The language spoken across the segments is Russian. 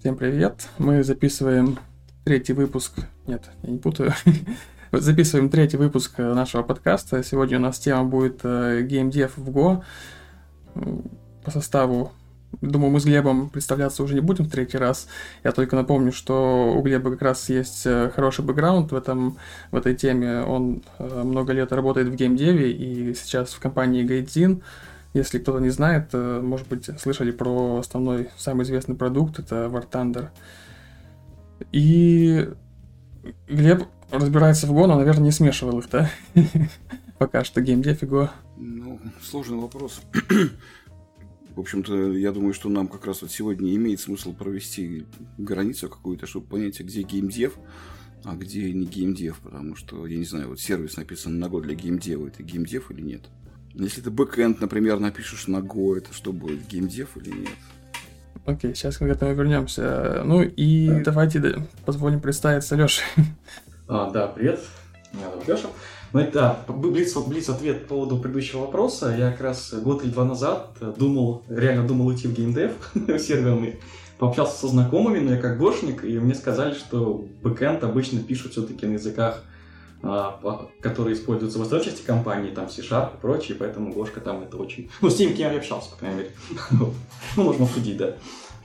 Всем привет! Мы записываем третий выпуск... Нет, я не путаю. Записываем третий выпуск нашего подкаста. Сегодня у нас тема будет геймдев в Go. По составу, думаю, мы с Глебом представляться уже не будем в третий раз. Я только напомню, что у Глеба как раз есть хороший бэкграунд в этой теме. Он много лет работает в геймдеве и сейчас в компании Гайдзин. Если кто-то не знает, может быть, слышали про основной, самый известный продукт, это War Thunder. И Глеб разбирается в Go, но, наверное, не смешивал их, да? Пока что геймдев и Go. Ну, сложный вопрос. В общем-то, я думаю, что нам как раз вот сегодня имеет смысл провести границу какую-то, чтобы понять, где геймдев, а где не геймдев. Потому что, я не знаю, вот сервис написан на Go для геймдева, это геймдев или нет? Если ты бэкэнд, например, напишешь на Go, это что будет, геймдев или нет? Окей, сейчас к этому вернемся. Ну и давайте позволим представиться Лёше. Да, привет. Меня зовут Лёша. Ну и да, блиц-ответ по поводу предыдущего вопроса. Я как раз год или два назад реально думал уйти в геймдев серверный. Пообщался со знакомыми, но я как гошник, и мне сказали, что бэкэнд обычно пишут все-таки на языках, которые используются в основной части компании, там C-Sharp и прочее, поэтому Гошка там это очень... Ну, с теми, кем я общался, по крайней мере. Ну, можно обсудить, да.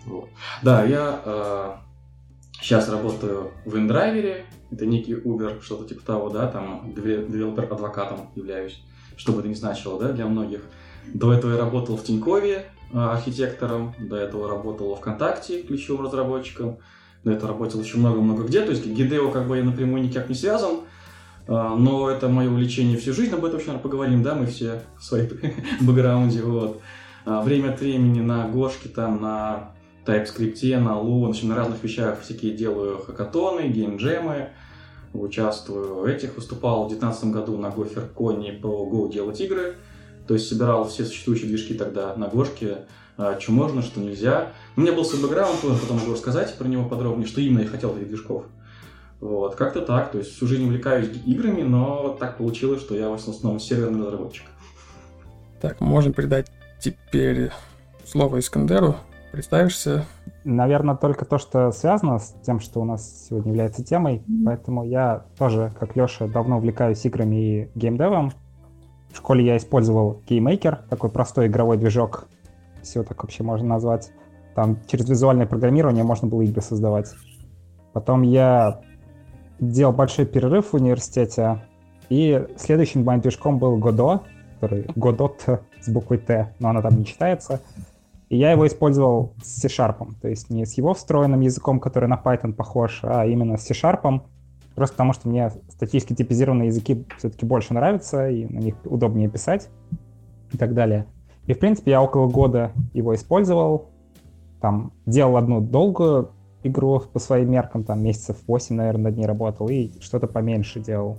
Да, я сейчас работаю в InDriver, это некий Uber, что-то типа того, да, там девелопер-адвокатом являюсь, что бы это ни значило, да, для многих. До этого я работал в Тинькове архитектором, до этого работал в ВКонтакте ключевым разработчиком, до этого работал еще много-много где, то есть геймдевом как бы я напрямую никак не связан. Но это мое увлечение всю жизнь, об этом еще, наверное, поговорим, да, мы все в своем бэкграунде, вот. Время от времени на Гошке, там, на TypeScript, на Lua, в общем, на разных вещах всякие делаю хакатоны, геймджемы, участвую в этих, выступал в 2019 году на GoFerCon по Go делать игры, то есть собирал все существующие движки тогда на Гошке, что можно, что нельзя. У меня был свой бэкграунд, тоже потом могу рассказать про него подробнее, что именно я хотел этих движков. Вот, как-то так, то есть всю жизнь увлекаюсь играми, но так получилось, что я в основном серверный разработчик. Так, можно передать теперь слово Искандеру. Представишься? Наверное, только то, что связано с тем, что у нас сегодня является темой, поэтому я тоже, как Леша, давно увлекаюсь играми и геймдевом. В школе я использовал GameMaker, такой простой игровой движок, все так вообще можно назвать. Там через визуальное программирование можно было игры создавать. Потом я делал большой перерыв в университете, и следующим моим движком был Godot, который Godot с буквой Т, но она там не читается. И я его использовал с C-Sharp, то есть не с его встроенным языком, который на Python похож, а именно с C-Sharp, просто потому что мне статически типизированные языки все-таки больше нравятся, и на них удобнее писать и так далее. И, в принципе, я около года его использовал, там делал одну долгую игру по своим меркам, там месяцев 8, наверное, над ней работал, и что-то поменьше делал.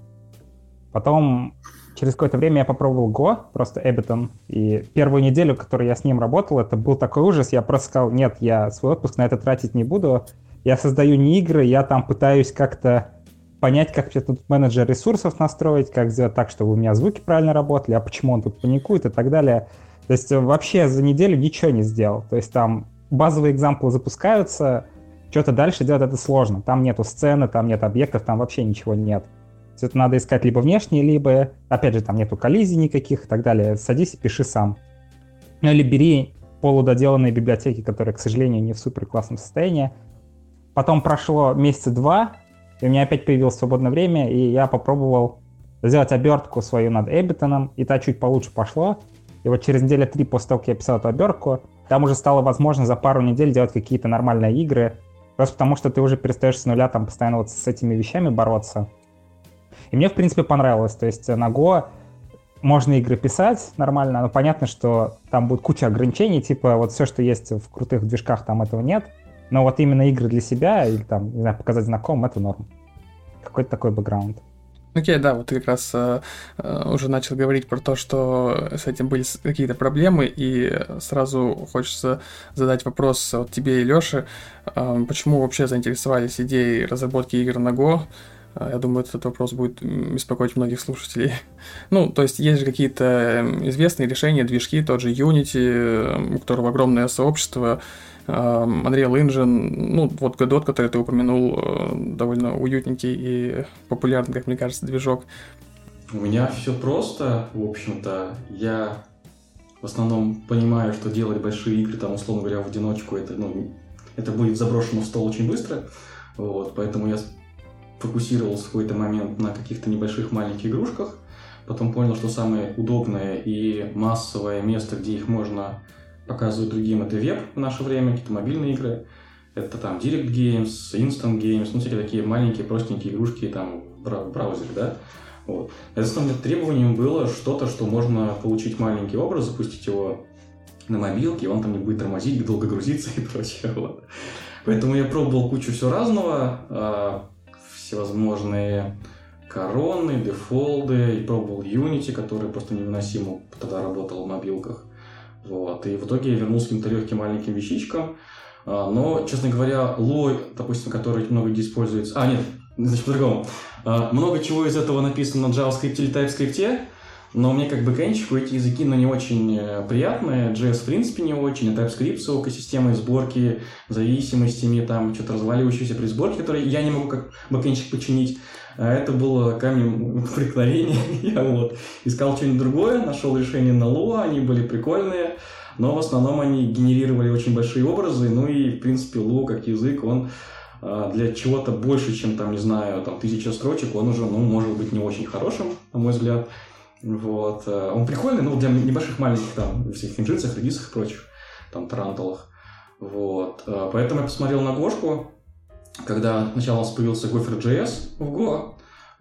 Потом, через какое-то время я попробовал Go, просто Ableton, и первую неделю, которую я с ним работал, это был такой ужас, я просто сказал, нет, я свой отпуск на это тратить не буду, я создаю не игры, я там пытаюсь как-то понять, как мне тут менеджер ресурсов настроить, как сделать так, чтобы у меня звуки правильно работали, а почему он тут паникует и так далее. То есть вообще за неделю ничего не сделал, то есть там базовые экзамплы запускаются, что-то дальше делать это сложно. Там нету сцены, там нет объектов, там вообще ничего нет. Все это надо искать либо внешне, либо, опять же, там нету коллизий никаких и так далее. Садись и пиши сам. Ну или бери полудоделанные библиотеки, которые, к сожалению, не в супер классном состоянии. Потом прошло месяца 2, и у меня опять появилось свободное время, и я попробовал сделать обертку свою над Ableton, и та чуть получше пошло. И вот через недели 3 после того, как я писал эту обертку, там уже стало возможно за пару недель делать какие-то нормальные игры, просто потому что ты уже перестаешь с нуля там постоянно вот с этими вещами бороться. И мне, в принципе, понравилось. То есть на Go можно игры писать нормально, но понятно, что там будет куча ограничений, типа вот все, что есть в крутых движках, там этого нет. Но вот именно игры для себя или там, не знаю, показать знакомым, это норм. Какой-то такой бэкграунд. Окей, да, вот ты как раз уже начал говорить про то, что с этим были какие-то проблемы, и сразу хочется задать вопрос вот тебе и Лёше, почему вообще заинтересовались идеей разработки игр на Go? Я думаю, этот вопрос будет беспокоить многих слушателей. Ну, то есть же какие-то известные решения, движки, тот же Unity, у которого огромное сообщество, Unreal Engine, ну, вот Godot, который ты упомянул, довольно уютненький и популярный, как мне кажется, движок. У меня все просто, в общем-то. Я в основном понимаю, что делать большие игры, там, условно говоря, в одиночку, это будет заброшено в стол очень быстро. Вот, поэтому я фокусировался в какой-то момент на каких-то небольших маленьких игрушках. Потом понял, что самое удобное и массовое место, где их можно показывать другим, это веб в наше время, какие-то мобильные игры. Это там Direct Games, Instant Games, ну, всякие такие маленькие, простенькие игрушки там в браузере, да. Вот. Основным требованием было что-то, что можно получить маленький образ, запустить его на мобилке, и он там не будет тормозить, долго грузиться и прочее. Вот. Поэтому я пробовал кучу всего разного, всевозможные короны, дефолды, и пробовал Unity, который просто невыносимо тогда работал в мобилках. Вот. И в итоге я вернулся к каким-то легким маленьким вещичкам. Но, честно говоря, Lua, допустим, который много где используется... значит, по-другому. Много чего из этого написано на JavaScript или TypeScript, но мне как бэкэндчику эти языки не очень приятные. JS в принципе не очень, а TypeScript с его системой сборки, зависимостями, там что-то разваливающееся при сборке, которые я не могу как бэкэндчик починить. Это было камнем преткновения. Я вот искал что-нибудь другое, нашел решение на Lua, они были прикольные, но в основном они генерировали очень большие образы, ну и в принципе Lua как язык, он для чего-то больше, чем, там, не знаю, там, 1000 строчек, он уже, может быть не очень хорошим, на мой взгляд. Вот. Он прикольный, но для небольших, маленьких, там, всех инжицах, редисах и прочих, там, таранталах. Вот. Поэтому я посмотрел на Гошку, когда сначала появился Gopher.js в Go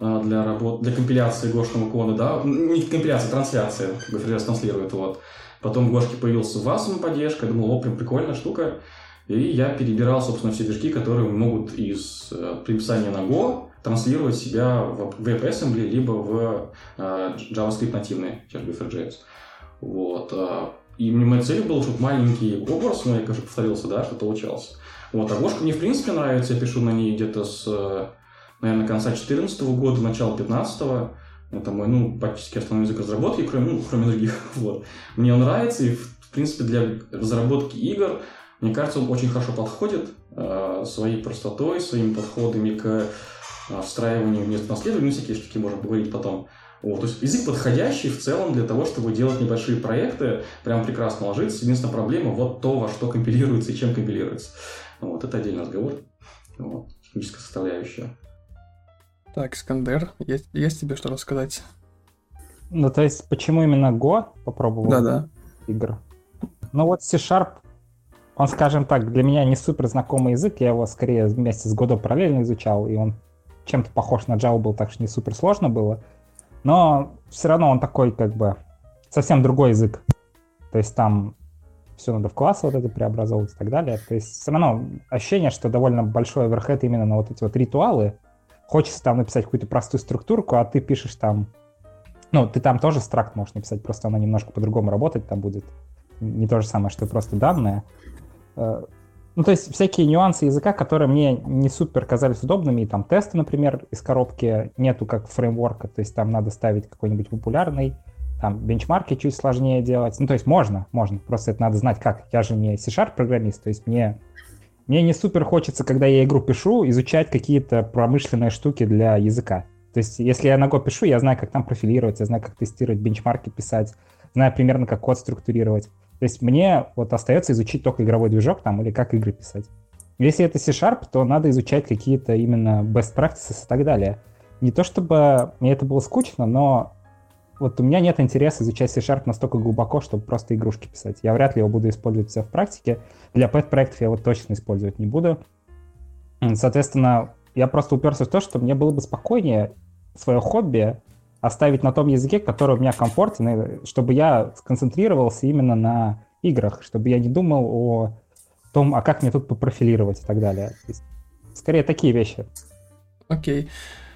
для компиляции гошного кода, да, не компиляции, трансляции, Gopher.js транслирует, вот. Потом в Гошке появился WASM поддержка, я думал, прям прикольная штука. И я перебирал, собственно, все движки, которые могут из приписания на Go транслировать себя в WebAssembly, либо в JavaScript нативный, Gopher.js. Вот. И моей целью было, чтобы маленький образ, я, конечно, повторился, да, что получался. Вот. А Гошка мне, в принципе, нравится. Я пишу на ней где-то с, наверное, конца 2014 года, начала 2015. Это мой, практически основной язык разработки, кроме других. Вот. Мне он нравится, и, в принципе, для разработки игр мне кажется, он очень хорошо подходит своей простотой, своими подходами к встраиванию вместо наследования, всякие штуки можно поговорить потом. Вот. То есть язык подходящий в целом для того, чтобы делать небольшие проекты, прям прекрасно ложится. Единственная проблема вот то, во что компилируется и чем компилируется. Вот. Это отдельный разговор. Вот. Техническая составляющая. Так, Искандер, есть тебе что рассказать? Ну, то есть, почему именно Go попробовал? Да. Игр. Ну, вот C-Sharp, он, скажем так, для меня не супер знакомый язык, я его скорее вместе с Godot параллельно изучал, и он чем-то похож на Java был, так что не супер сложно было. Но все равно он такой, как бы, совсем другой язык. То есть там все надо в классы вот это преобразовывать и так далее. То есть все равно ощущение, что довольно большой оверхед именно на вот эти вот ритуалы. Хочется там написать какую-то простую структурку, а ты пишешь там... ты там тоже стракт можешь написать, просто она немножко по-другому работать там будет. Не то же самое, что просто данные. То есть всякие нюансы языка, которые мне не супер казались удобными, и там тесты, например, из коробки нету как фреймворка, то есть там надо ставить какой-нибудь популярный, там бенчмарки чуть сложнее делать, то есть можно, просто это надо знать как. Я же не C# программист, то есть мне не супер хочется, когда я игру пишу, изучать какие-то промышленные штуки для языка. То есть если я на Go пишу, я знаю, как там профилировать, я знаю, как тестировать, бенчмарки писать, знаю примерно, как код структурировать. То есть мне вот остается изучить только игровой движок там или как игры писать. Если это C#, то надо изучать какие-то именно best practices и так далее. Не то чтобы мне это было скучно, но вот у меня нет интереса изучать C# настолько глубоко, чтобы просто игрушки писать. Я вряд ли его буду использовать в практике. Для pet-проектов я его точно использовать не буду. Соответственно, я просто уперся в то, что мне было бы спокойнее свое хобби оставить на том языке, который у меня комфортен, чтобы я сконцентрировался именно на играх, чтобы я не думал о том, а как мне тут попрофилировать и так далее. То есть, скорее такие вещи. Окей.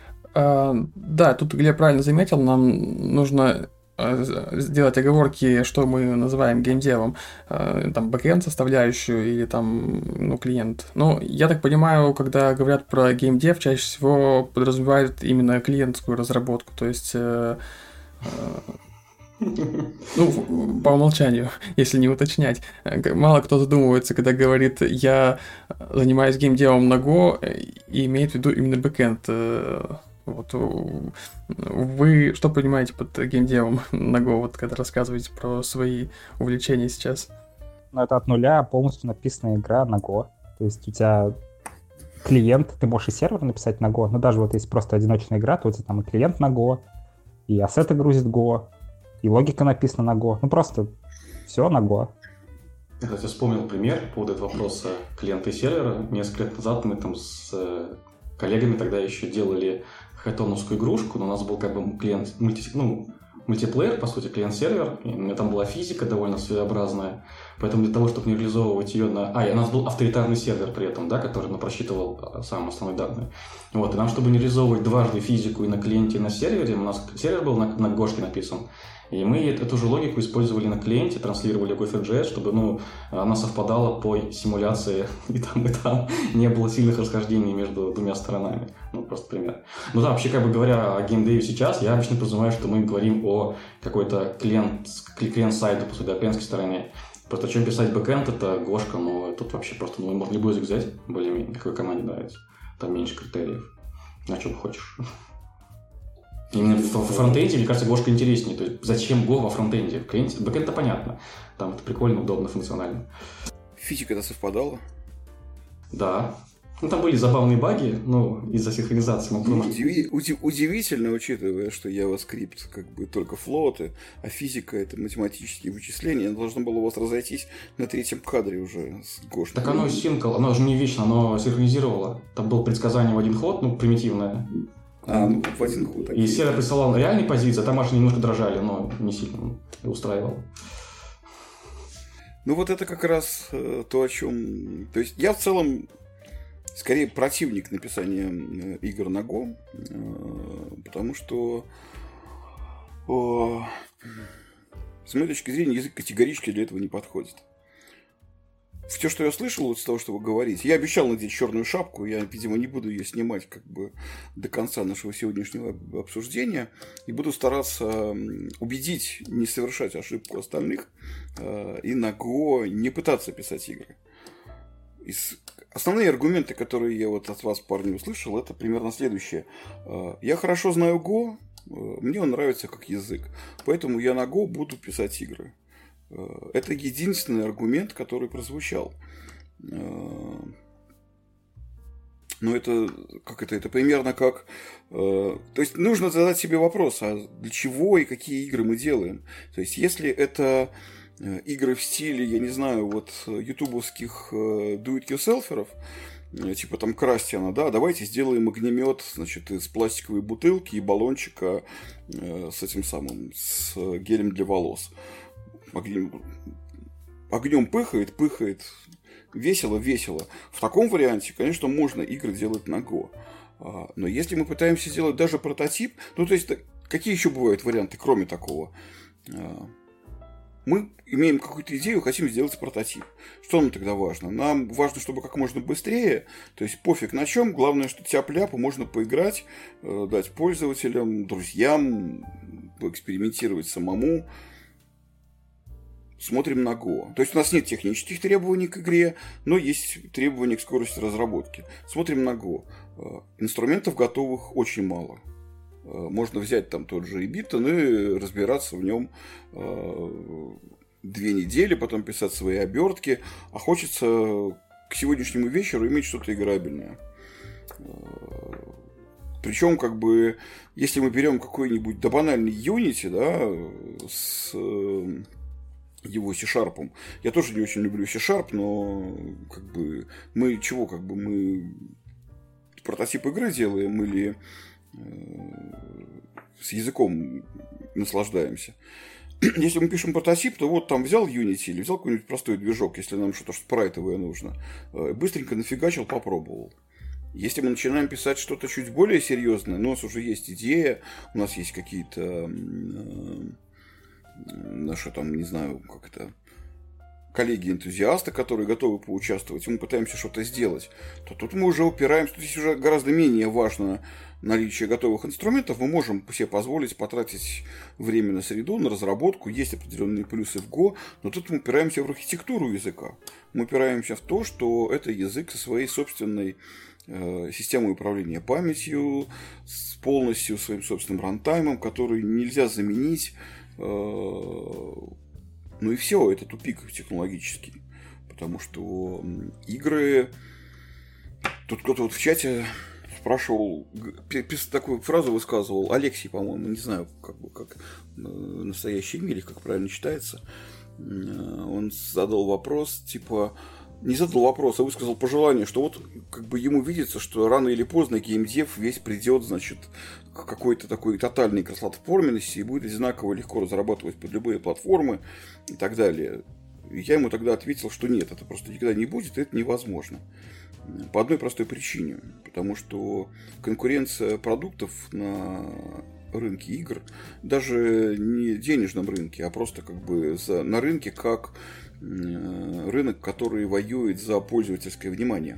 Да, тут Глеб правильно заметил, нам нужно сделать оговорки, что мы называем геймдевом, там, бэкэнд составляющую или там, клиент. Я так понимаю, когда говорят про геймдев, чаще всего подразумевают именно клиентскую разработку, то есть Ну, по умолчанию, если не уточнять. Мало кто задумывается, когда говорит, я занимаюсь геймдевом на Go, и имеет в виду именно бэкэнд. Вот вы что понимаете под геймдевом на Go, вот когда рассказываете про свои увлечения сейчас? Ну, это от нуля полностью написанная игра на Go. То есть у тебя клиент, ты можешь и сервер написать на Go, но даже вот если просто одиночная игра, то у тебя там и клиент на Go, и ассеты грузит Go, и логика написана на Go. Ну, просто все на Go. Я, кстати, вспомнил пример по поводу этого вопроса клиента и сервера. Несколько лет назад мы там с коллегами тогда еще делали хакатоновскую игрушку, но у нас был как бы клиент, мультиплеер, по сути, клиент-сервер, и у меня там была физика довольно своеобразная, поэтому для того, чтобы не реализовывать ее и у нас был авторитарный сервер при этом, да, который просчитывал самые основные данные. Вот, и нам, чтобы не реализовывать дважды физику и на клиенте, и на сервере, у нас сервер был на Гошке написан, и мы эту же логику использовали на клиенте, транслировали в Go.js, чтобы она совпадала по симуляции, и там не было сильных расхождений между двумя сторонами. Просто пример. Ну да, вообще, как бы говоря о геймдеве сейчас, я обычно подразумеваю, что мы говорим о какой-то клиент-сайду, по сути, о клиентской стороне. Просто чем писать бэкэнд, это Гошка, тут вообще просто можно любой язык взять, более-менее, какой команде нравится. Там меньше критериев. На чем хочешь. Именно во фронтенде, мне кажется, Гошка интереснее. То есть, зачем Go во фронтенде? В клиенте бэкэнд-то понятно. Там это прикольно, удобно, функционально. Физика-то совпадала? Да. Там были забавные баги, из-за синхронизации. Удивительно, учитывая, что JavaScript как бы только флоты, а физика — это математические вычисления. Оно должно было у вас разойтись на третьем кадре уже с Гошей. Так оно оно же не вечно, оно синхронизировало. Там было предсказание в один ход, примитивное. В один ход. И сервер присылал реальные позиции, а там аж немножко дрожали, но не сильно устраивало. Вот это как раз то, о чем... То есть я в целом скорее противник написания игр на Go, потому что с моей точки зрения язык категорически для этого не подходит. Все, что я слышал с того, что вы говорите, я обещал надеть черную шапку, я, видимо, не буду ее снимать как бы до конца нашего сегодняшнего обсуждения, и буду стараться убедить не совершать ошибку остальных и на Go не пытаться писать игры. Основные аргументы, которые я от вас, парни, услышал, это примерно следующее. Я хорошо знаю Go, мне он нравится как язык, поэтому я на Go буду писать игры. Это единственный аргумент, который прозвучал. Но это примерно как... То есть нужно задать себе вопрос, а для чего и какие игры мы делаем? То есть если это игры в стиле, я не знаю, ютубовских do-it-yourselfer'ов, типа там Крастиана, да, давайте сделаем огнемет, из пластиковой бутылки и баллончика с гелем для волос. Огнем пыхает, весело. В таком варианте, конечно, можно игры делать на Go. Но если мы пытаемся сделать даже прототип, то есть, какие еще бывают варианты, кроме такого? Мы имеем какую-то идею, хотим сделать прототип. Что нам тогда важно? Нам важно, чтобы как можно быстрее, то есть пофиг на чем, главное, что тяп-ляпу можно поиграть, дать пользователям, друзьям, поэкспериментировать самому. Смотрим на Go. То есть у нас нет технических требований к игре, но есть требования к скорости разработки. Смотрим на Go. Инструментов готовых очень мало. Можно взять там тот же Ebiton и разбираться в нем 2 недели, потом писать свои обертки. А хочется к сегодняшнему вечеру иметь что-то играбельное. Причем, если мы берем какой-нибудь банальный Unity, да, с его C-Sharp. Я тоже не очень люблю C-Sharp, но мы прототип игры делаем или с языком наслаждаемся. Если мы пишем прототип, то там взял Unity или взял какой-нибудь простой движок, если нам что-то спрайтовое нужно, быстренько нафигачил, попробовал. Если мы начинаем писать что-то чуть более серьезное, у нас уже есть идея, у нас есть какие-то наши коллеги-энтузиасты, которые готовы поучаствовать, и мы пытаемся что-то сделать, то тут мы уже упираемся, тут здесь уже гораздо менее важно, наличия готовых инструментов мы можем себе позволить потратить время на среду, на разработку. Есть определенные плюсы в Go, но тут мы упираемся в архитектуру языка. Мы упираемся в то, что это язык со своей собственной системой управления памятью, с полностью своим собственным рантаймом, который нельзя заменить. Ну и все, это тупик технологический. Потому что игры... Тут кто-то вот в чате спрашивал, такую фразу высказывал, Алексей, по-моему, не знаю, как настоящее имя или как правильно читается. Он задал вопрос, типа... Не задал вопрос, а высказал пожелание, что вот как бы ему видится, что рано или поздно геймдев весь придет, значит, к какой-то такой тотальной кроссплатформенности и будет одинаково легко разрабатывать под любые платформы и так далее. И я ему тогда ответил, что нет, это просто никогда не будет, это невозможно. По одной простой причине. Потому что конкуренция продуктов на рынке игр, даже не денежном рынке, а просто как бы на рынке как рынок, который воюет за пользовательское внимание,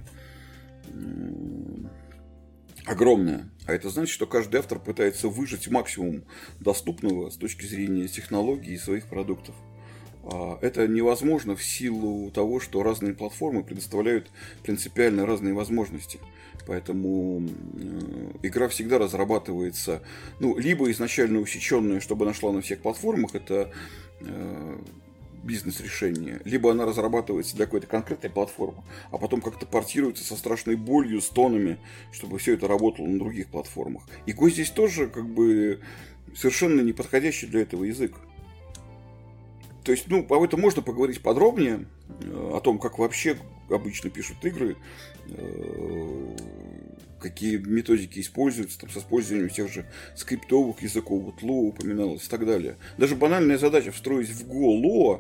огромная. А это значит, что каждый автор пытается выжать максимум доступного с точки зрения технологий и своих продуктов. Это невозможно в силу того, что разные платформы предоставляют принципиально разные возможности. Поэтому игра всегда разрабатывается, либо изначально усеченная, чтобы она шла на всех платформах, это бизнес-решение, либо она разрабатывается для какой-то конкретной платформы, а потом как-то портируется со страшной болью, стонами, чтобы все это работало на других платформах. И Go здесь тоже как бы совершенно не подходящий для этого язык. То есть, об этом можно поговорить подробнее, о том, как вообще обычно пишут игры, какие методики используются, там, с использованием тех же скриптовых языков, вот Lua упоминалось и так далее. Даже банальная задача встроить в Go Lua,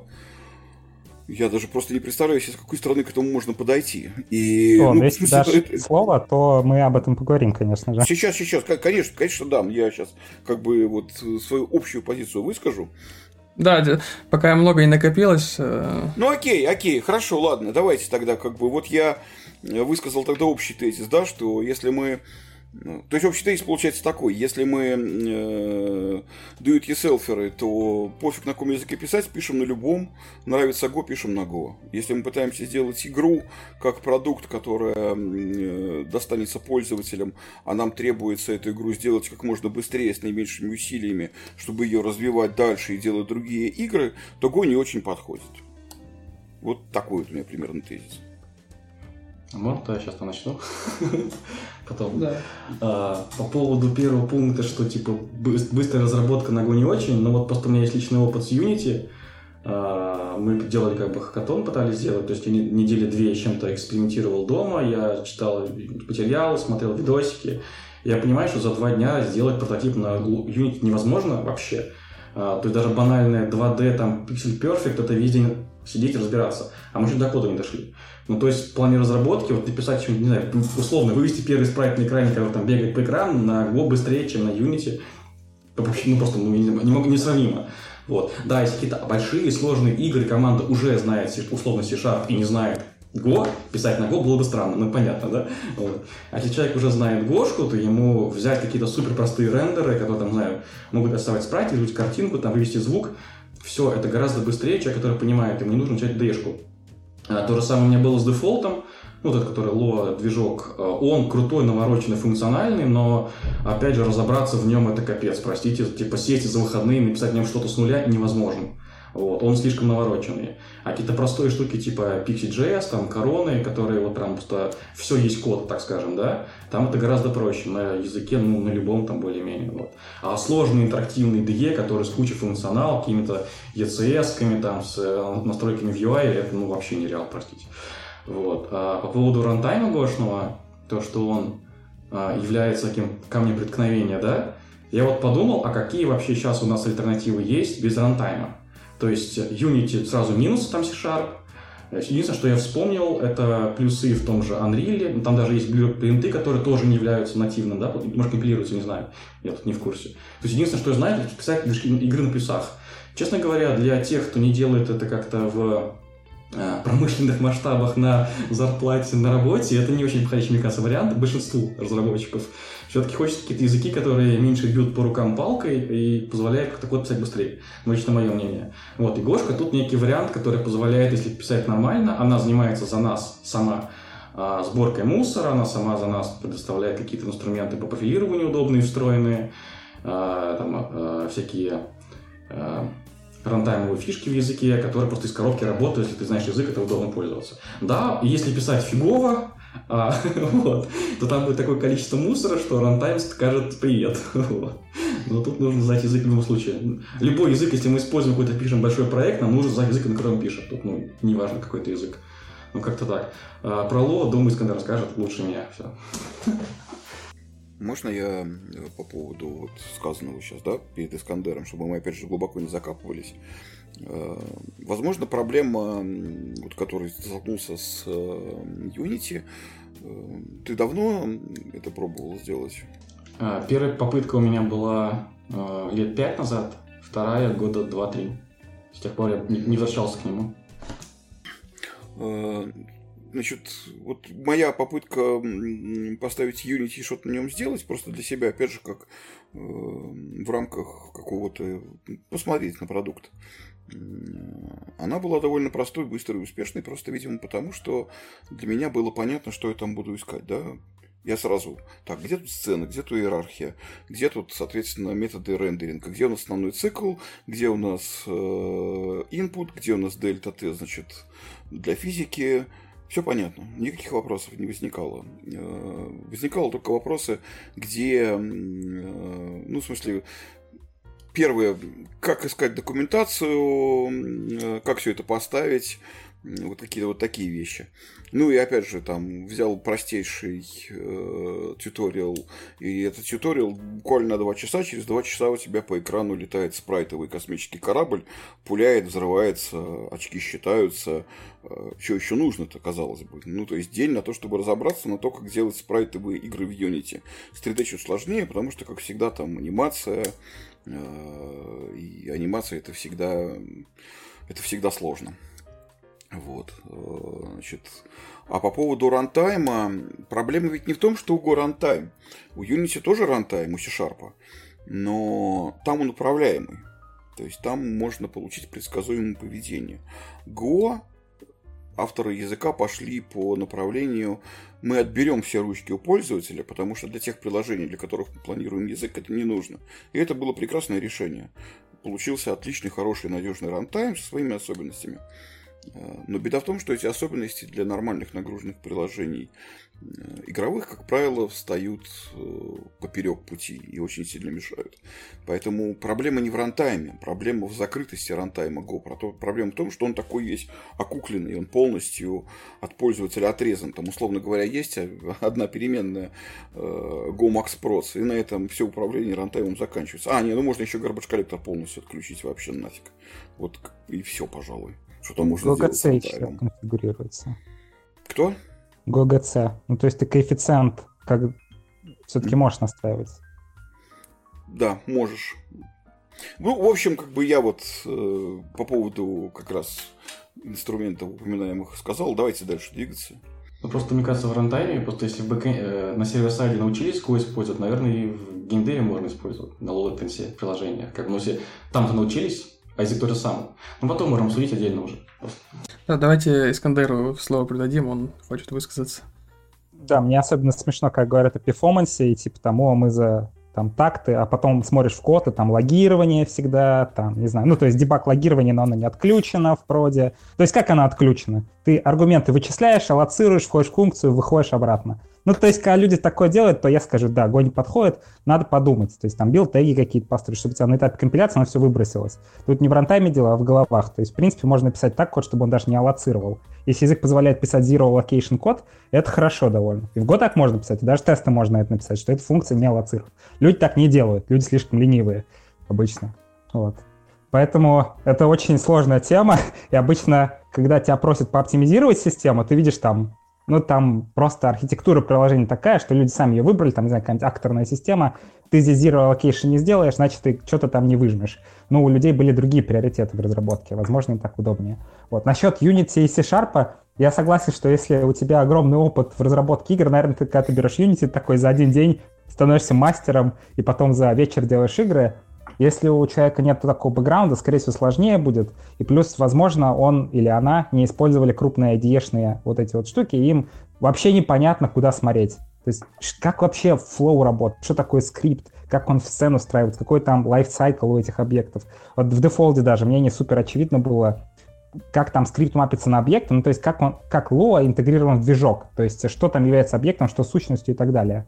я даже просто не представляю, с какой стороны к этому можно подойти. И, если дашь слово, то мы об этом поговорим, конечно же. Сейчас, конечно, дам. Я сейчас как бы вот свою общую позицию выскажу. Да, пока много не накопилось. Окей, хорошо, ладно, давайте тогда как бы вот я высказал тогда общий тезис, да, что если мы... То есть общий тезис получается такой, если мы do-it-yourselferы, то пофиг на каком языке писать, пишем на любом, нравится Go, пишем на Go. Если мы пытаемся сделать игру как продукт, которая достанется пользователям, а нам требуется эту игру сделать как можно быстрее, с наименьшими усилиями, чтобы ее развивать дальше и делать другие игры, то Go не очень подходит. Вот такой вот у меня примерно тезис. Может, я сейчас начну. Потом. Да. По поводу первого пункта, что типа быстрая разработка на Go не очень, но вот просто у меня есть личный опыт с Unity. Мы делали как бы хакатон, пытались сделать, то есть я недели 2 с чем-то экспериментировал дома, я читал материалы, смотрел видосики. Я понимаю, что за 2 дня сделать прототип на Unity невозможно вообще. То есть даже банальное 2D, там, Pixel Perfect, это весь день сидеть и разбираться. А мы еще до кода не дошли. То есть в плане разработки, вот написать, не знаю, условно, вывести первый спрайт на экране, который там бегает по экрану, на Go быстрее, чем на Unity. Просто несравнимо. Вот. Да, если какие-то большие, сложные игры, команда уже знает условно C# и не знает Go, писать на Go было бы странно, понятно, да? Вот. А если человек уже знает Гошку, то ему взять какие-то суперпростые рендеры, которые, там, знаю, могут оставить спрайт, вызвать картинку, там, вывести звук, все это гораздо быстрее, человек, который понимает, ему не нужно начать D-шку. То же самое у меня было с дефолтом, этот, который Lua движок, он крутой, навороченный, функциональный, но, опять же, разобраться в нем это капец, простите, типа сесть за выходные, написать в нем что-то с нуля невозможно. Вот, он слишком навороченный. А какие-то простые штуки типа Pixie.js, там, короны, которые вот прям просто все есть код, так скажем, да, там это гораздо проще на языке, на любом там более-менее. Вот. А сложный интерактивный DE, который с кучей функционала, какими-то ECS-ками, там, с настройками в UI, это вообще нереал, простите. Вот. А по поводу рантайма гошного, то, что он является таким камнем преткновения, да, я вот подумал, а какие вообще сейчас у нас альтернативы есть без рантайма? То есть Unity сразу минус, там C#. Единственное, что я вспомнил, это плюсы в том же Unreal. Там даже есть принты, которые тоже не являются нативным, да, может компилируются, не знаю, я тут не в курсе. То есть единственное, что я знаю, это писать игры на плюсах. Честно говоря, для тех, кто не делает это как-то в промышленных масштабах на зарплате на работе, это не очень подходящий, мне кажется, вариант большинству разработчиков. Все-таки хочется какие-то языки, которые меньше бьют по рукам палкой и позволяют как-то код писать быстрее. Ну, лично мое мнение. Вот, и Гошка тут некий вариант, который позволяет, если писать нормально, она занимается за нас сама сборкой мусора, она сама за нас предоставляет какие-то инструменты по профилированию удобные, встроенные, всякие рантаймовые фишки в языке, которые просто из коробки работают, если ты знаешь язык, это удобно пользоваться. Да, и если писать фигово, вот, то там будет такое количество мусора, что рантайм скажет «привет». Вот. Но тут нужно знать язык в любом случае. Любой язык, если мы используем какой-то, пишем большой проект, нам нужно знать язык, на котором пишем. Тут, неважно, какой это язык. Как-то так. Про Ло, думаю, Искандер расскажет лучше меня. Все. Можно я по поводу вот сказанного сейчас, да, перед Искандером, чтобы мы, опять же, глубоко не закапывались? Возможно, проблема, вот, которой ты столкнулся с Unity, ты давно это пробовал сделать? Первая попытка у меня была лет 5 назад, вторая года 2-3. С тех пор я не возвращался к нему. Значит, вот моя попытка поставить Unity и что-то на нем сделать, просто для себя, опять же, как в рамках какого-то посмотреть на продукт, она была довольно простой, быстрой и успешной, просто, видимо, потому что для меня было понятно, что я там буду искать, да. Я сразу, так, где тут сцена, где тут иерархия, где тут, соответственно, методы рендеринга, где у нас основной цикл, где у нас input, где у нас дельта-Т, значит, для физики. Все понятно, никаких вопросов не возникало. Возникало только вопросы, где, ну, в смысле, первое, как искать документацию, как все это поставить, вот какие-то вот такие вещи. Ну и опять же, там, взял простейший тьюториал, и этот тьюториал буквально на 2 часа, через 2 часа у тебя по экрану летает спрайтовый космический корабль, пуляет, взрывается, очки считаются. Что еще нужно-то, казалось бы? Ну, то есть день на то, чтобы разобраться на то, как делать спрайтовые игры в Unity. С 3D чуть сложнее, потому что, как всегда, там анимация, и анимация это всегда сложно. Вот, значит, а по поводу рантайма, проблема ведь не в том, что у Go рантайм. У Unity тоже рантайм, у C-Sharp, но там он управляемый. То есть там можно получить предсказуемое поведение. Go, авторы языка пошли по направлению, мы отберем все ручки у пользователя, потому что для тех приложений, для которых мы планируем язык, это не нужно. И это было прекрасное решение. Получился отличный, хороший, надежный рантайм со своими особенностями. Но беда в том, что эти особенности для нормальных нагруженных приложений игровых, как правило, встают поперек пути и очень сильно мешают. Поэтому проблема не в рантайме, проблема в закрытости рантайма Go. Проблема в том, что он такой весь окукленный, он полностью от пользователя отрезан. Там, условно говоря, есть одна переменная Go Max Proc, и на этом все управление рантаймом заканчивается. Ну можно еще garbage collector полностью отключить вообще нафиг. Вот и все, пожалуй. Что там можно GoGC еще конфигурируется. Кто? GoGC. Ну, то есть ты коэффициент как все-таки можешь настраивать. Да, можешь. Ну, в общем, как бы я вот по поводу как раз инструментов упоминаемых сказал. Давайте дальше двигаться. Ну, просто, мне кажется, в рантайме, просто если на сервер-сайде научились Go использовать, наверное, и в геймдеве можно использовать на low-latency приложениях. Как бы, ну, если там-то научились, а язык тот же самый. Но потом можем судить отдельно уже. Да, давайте Искандеру слово придадим, он хочет высказаться. Да, мне особенно смешно, как говорят о перформансе, и типа тому мы за там такты, а потом смотришь в код, и там логирование всегда, там, не знаю, ну, то есть дебаг логирования, но оно не отключено в проде. То есть как оно отключено? Ты аргументы вычисляешь, аллоцируешь, входишь в функцию, выходишь обратно. Ну, то есть, когда люди такое делают, то я скажу, да, Go не подходит, надо подумать. То есть, там билд-теги какие-то построить, чтобы у тебя на этапе компиляции оно все выбросилось. Тут не в рантайме дело, а в головах. То есть, в принципе, можно писать так код, чтобы он даже не аллоцировал. Если язык позволяет писать zero allocation код, это хорошо довольно. И в Go так можно писать, и даже тесты можно это написать, что эта функция не аллоцирует. Люди так не делают, люди слишком ленивые обычно. Вот. Поэтому это очень сложная тема, и обычно, когда тебя просят пооптимизировать систему, ты видишь там Ну, там просто архитектура приложения такая, что люди сами ее выбрали, там, не знаю, какая-нибудь акторная система, ты здесь Zero Allocation не сделаешь, значит, ты что-то там не выжмешь. Ну, у людей были другие приоритеты в разработке, возможно, им так удобнее. Вот. Насчет Unity и C-Sharp, я согласен, что если у тебя огромный опыт в разработке игр, наверное, ты, когда ты берешь Unity, такой за один день становишься мастером, и потом за вечер делаешь игры. Если у человека нет такого бэкграунда, скорее всего, сложнее будет. И плюс, возможно, он или она не использовали крупные IDE-шные вот эти вот штуки, и им вообще непонятно, куда смотреть. То есть как вообще флоу работает, что такое скрипт, как он в сцену устраивается, какой там лайфцикл у этих объектов. Вот в дефолте даже мне не супер очевидно было, как там скрипт мапится на объекты, ну то есть как Lua интегрирован в движок, то есть что там является объектом, что сущностью и так далее.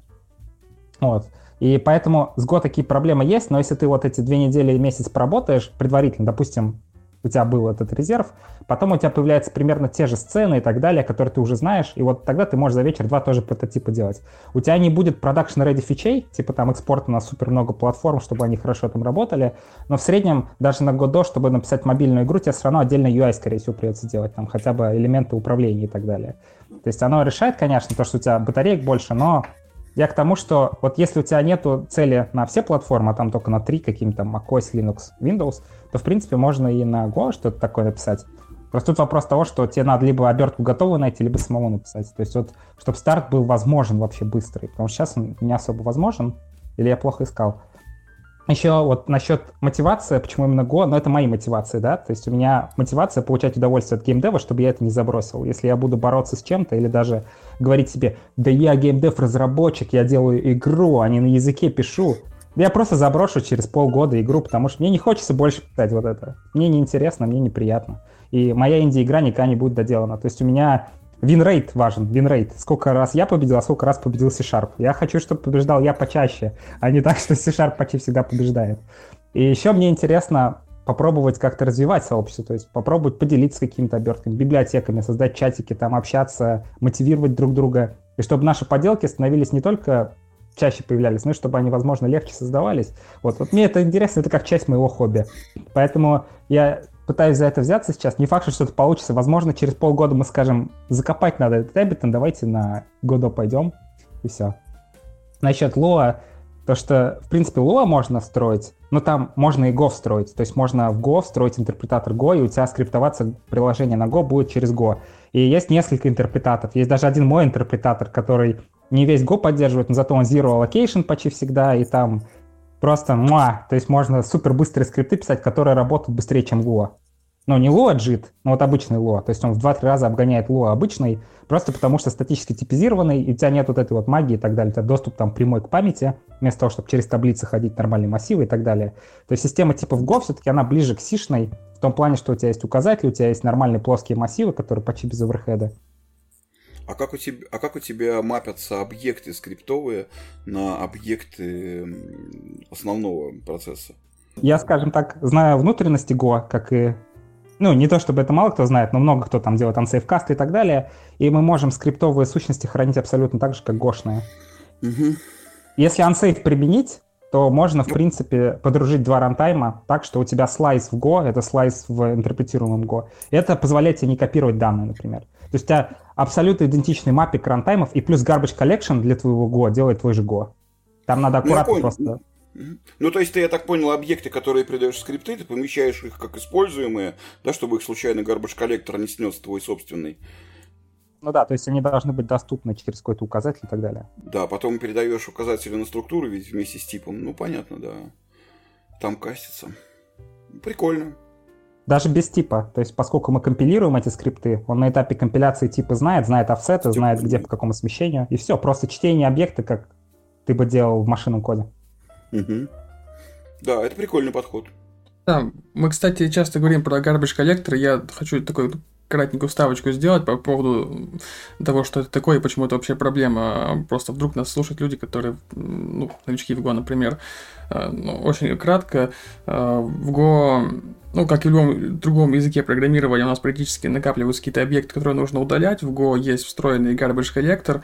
Вот. И поэтому с Go такие проблемы есть, но если ты вот эти 2 недели и месяц поработаешь предварительно, допустим, у тебя был этот резерв, потом у тебя появляются примерно те же сцены и так далее, которые ты уже знаешь, и вот тогда ты можешь за вечер-два тоже прототипы делать. У тебя не будет production-ready фичей, типа там экспорта на супер много платформ, чтобы они хорошо там работали, но в среднем даже на Godot, чтобы написать мобильную игру, тебе все равно отдельно UI, скорее всего, придется делать, там хотя бы элементы управления и так далее. То есть оно решает, конечно, то, что у тебя батареек больше, но я к тому, что вот если у тебя нету цели на все платформы, а там только на 3, каким-то macOS, Linux, Windows, то, в принципе, можно и на Go что-то такое написать. Просто тут вопрос того, что тебе надо либо обертку готовую найти, либо самому написать. То есть вот, чтобы старт был возможен вообще быстрый, потому что сейчас он не особо возможен, или я плохо искал. Еще вот насчет мотивации, почему именно Go, но это мои мотивации, да, то есть у меня мотивация получать удовольствие от геймдева, чтобы я это не забросил. Если я буду бороться с чем-то или даже говорить себе, да я геймдев-разработчик, я делаю игру, а не на языке пишу, я просто заброшу через полгода игру, потому что мне не хочется больше писать вот это. Мне неинтересно, мне неприятно. И моя инди-игра никогда не будет доделана. То есть у меня вин-рейт важен, вин-рейт. Сколько раз я победил, а сколько раз победил C-Sharp. Я хочу, чтобы побеждал я почаще, а не так, что C-Sharp почти всегда побеждает. И еще мне интересно попробовать как-то развивать сообщество, то есть попробовать поделиться какими-то обертками, библиотеками, создать чатики, там общаться, мотивировать друг друга. И чтобы наши поделки становились не только чаще появлялись, но и чтобы они, возможно, легче создавались. Вот мне это интересно, это как часть моего хобби. Поэтому я пытаюсь за это взяться сейчас. Не факт, что что-то получится. Возможно, через полгода мы скажем, закопать надо этот Ableton, давайте на Godot пойдем, и все. Насчет Lua, то что, в принципе, Lua можно строить, но там можно и Go встроить. То есть можно в Go встроить интерпретатор Go, и у тебя скриптоваться приложение на Go будет через Go. И есть несколько интерпретаторов. Есть даже один мой интерпретатор, который не весь Go поддерживает, но зато он Zero Allocation почти всегда, и там просто то есть можно супер быстрые скрипты писать, которые работают быстрее, чем Lua. Ну, не Lua JIT, но вот обычный Lua. То есть он в 2-3 раза обгоняет Lua обычный, просто потому что статически типизированный, и у тебя нет вот этой вот магии и так далее. У тебя доступ там прямой к памяти, вместо того, чтобы через таблицы ходить, нормальные массивы и так далее. То есть система типа в Go все-таки она ближе к C-шной, в том плане, что у тебя есть указатели, у тебя есть нормальные плоские массивы, которые почти без оверхеда. А как у тебя мапятся объекты скриптовые на объекты основного процесса? Я, скажем так, знаю внутренности Go, как и... Ну, не то чтобы это мало кто знает, но много кто там делает unsafe-касты и так далее. И мы можем скриптовые сущности хранить абсолютно так же, как гошные. Угу. Если unsafe применить, то можно, в принципе, подружить два рантайма так, что у тебя слайс в Go — это слайс в интерпретируемом Go. И это позволяет тебе не копировать данные, например. То есть у тебя абсолютно идентичный маппик рантаймов, и плюс garbage collection для твоего Go делает твой же Go. Там надо аккуратно просто... Ну, то есть ты, я так понял, объекты, которые передаешь в скрипты, ты помещаешь их как используемые, да, чтобы их случайно garbage коллектор не снес твой собственный. Ну да, то есть они должны быть доступны через какой-то указатель и так далее. Да, потом передаешь указатели на структуру ведь вместе с типом. Ну, понятно, да. Там кастится. Прикольно. Даже без типа. То есть поскольку мы компилируем эти скрипты, он на этапе компиляции типы знает офсеты, знает где, по какому смещению. И все, просто чтение объекта, как ты бы делал в машинном коде. Угу. Да, это прикольный подход. Да, мы, кстати, часто говорим про garbage коллектор. Я хочу такую кратенькую вставочку сделать по поводу того, что это такое и почему это вообще проблема. Просто вдруг нас слушают люди, которые, новички в Go, например. Очень кратко. В Go как и в любом другом языке программирования, у нас практически накапливаются какие-то объекты, которые нужно удалять. В Go есть встроенный garbage collector,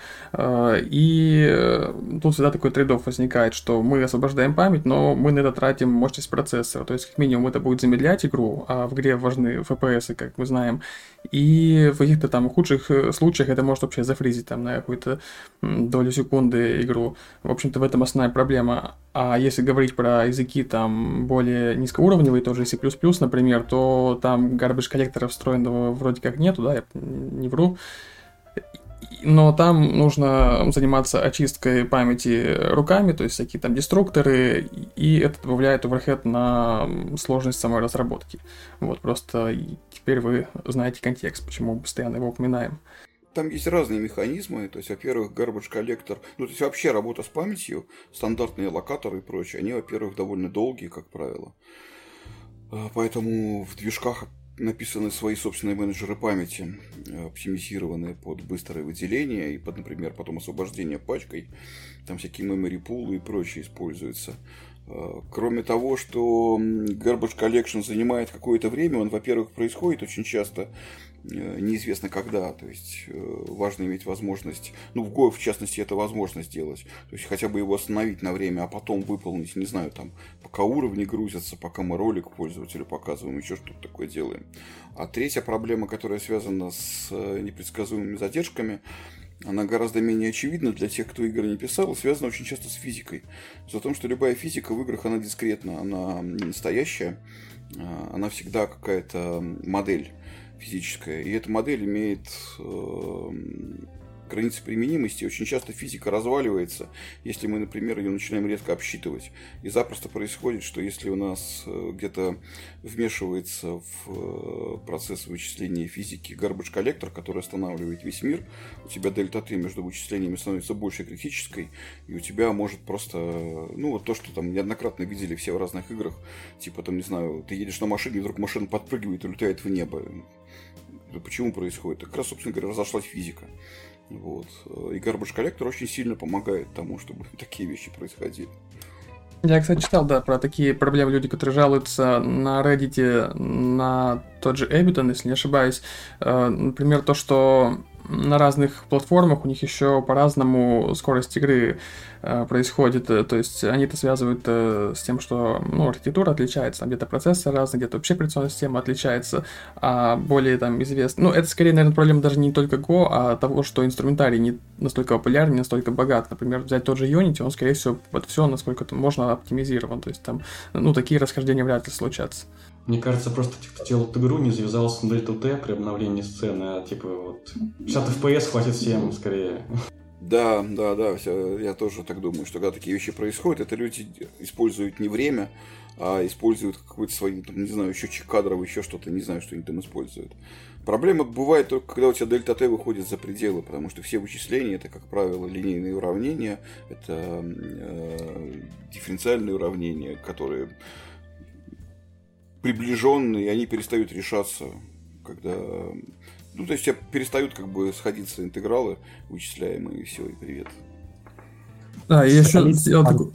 и тут всегда такой трейд-офф возникает, что мы освобождаем память, но мы на это тратим мощность процессора. То есть, как минимум, это будет замедлять игру, а в игре важны FPS, как мы знаем. И в каких-то там худших случаях это может вообще зафризить там на какую-то долю секунды игру. В общем-то, в этом основная проблема. А если говорить про языки там более низкоуровневые, тоже C++, например, то там garbage коллектора встроенного вроде как нету, да, я не вру. Но там нужно заниматься очисткой памяти руками, то есть всякие там деструкторы, и это добавляет оверхед на сложность самой разработки. Вот, просто теперь вы знаете контекст, почему мы постоянно его упоминаем. Там есть разные механизмы, то есть, во-первых, garbage collector, то есть вообще работа с памятью, стандартные локаторы и прочее, они, во-первых, довольно долгие, как правило. Поэтому в движках написаны свои собственные менеджеры памяти, оптимизированные под быстрое выделение и под, например, потом освобождение пачкой. Там всякие memory pool и прочее используются. Кроме того, что garbage collection занимает какое-то время, он, во-первых, происходит очень часто неизвестно когда, то есть важно иметь возможность, в Go, в частности, это возможно сделать, то есть хотя бы его остановить на время, а потом выполнить, не знаю, там, пока уровни грузятся, пока мы ролик пользователю показываем, еще что-то такое делаем. А третья проблема, которая связана с непредсказуемыми задержками, она гораздо менее очевидна для тех, кто игры не писал, и связана очень часто с физикой. За то, что любая физика в играх, она дискретна, она не настоящая, она всегда какая-то модель физическая, и эта модель имеет границы применимости. Очень часто физика разваливается, если мы, например, ее начинаем редко обсчитывать. И запросто происходит, что если у нас где-то вмешивается в процесс вычисления физики garbage collector, который останавливает весь мир, у тебя дельта Т между вычислениями становится больше критической, и у тебя может просто, вот то, что там неоднократно видели все в разных играх, типа там, не знаю, ты едешь на машине, и вдруг машина подпрыгивает и улетает в небо. Почему происходит? Как раз, собственно говоря, разошлась физика. Вот. И garbage collector очень сильно помогает тому, чтобы такие вещи происходили. Я, кстати, читал, про такие проблемы, люди, которые жалуются на Reddit на тот же Ableton, если не ошибаюсь. Например, то, что на разных платформах у них еще по-разному скорость игры происходит. То есть они это связывают с тем, что архитектура отличается, там где-то процессор разный, где-то вообще операционная система отличается, а более там известно. Это скорее, наверное, проблема даже не только Go, а того, что инструментарий не настолько популярен, не настолько богат. Например, взять тот же Unity, он, скорее всего, под все, насколько это можно, оптимизирован. То есть там, такие расхождения вряд ли случатся. Мне кажется, просто те, кто делал эту игру, не завязался на Delta T при обновлении сцены, а 60 FPS хватит всем, скорее. Да, я тоже так думаю, что когда такие вещи происходят, это люди используют не время, а используют какой-то свой, не знаю, счетчик кадров, еще что-то, не знаю, что они там используют. Проблема бывает только, когда у тебя дельта Т выходит за пределы, потому что все вычисления, это, как правило, линейные уравнения, это дифференциальные уравнения, которые приближенные, и они перестают решаться, когда... то есть у тебя перестают сходиться интегралы вычисляемые, и все, и привет. Да, и еще сделал такой...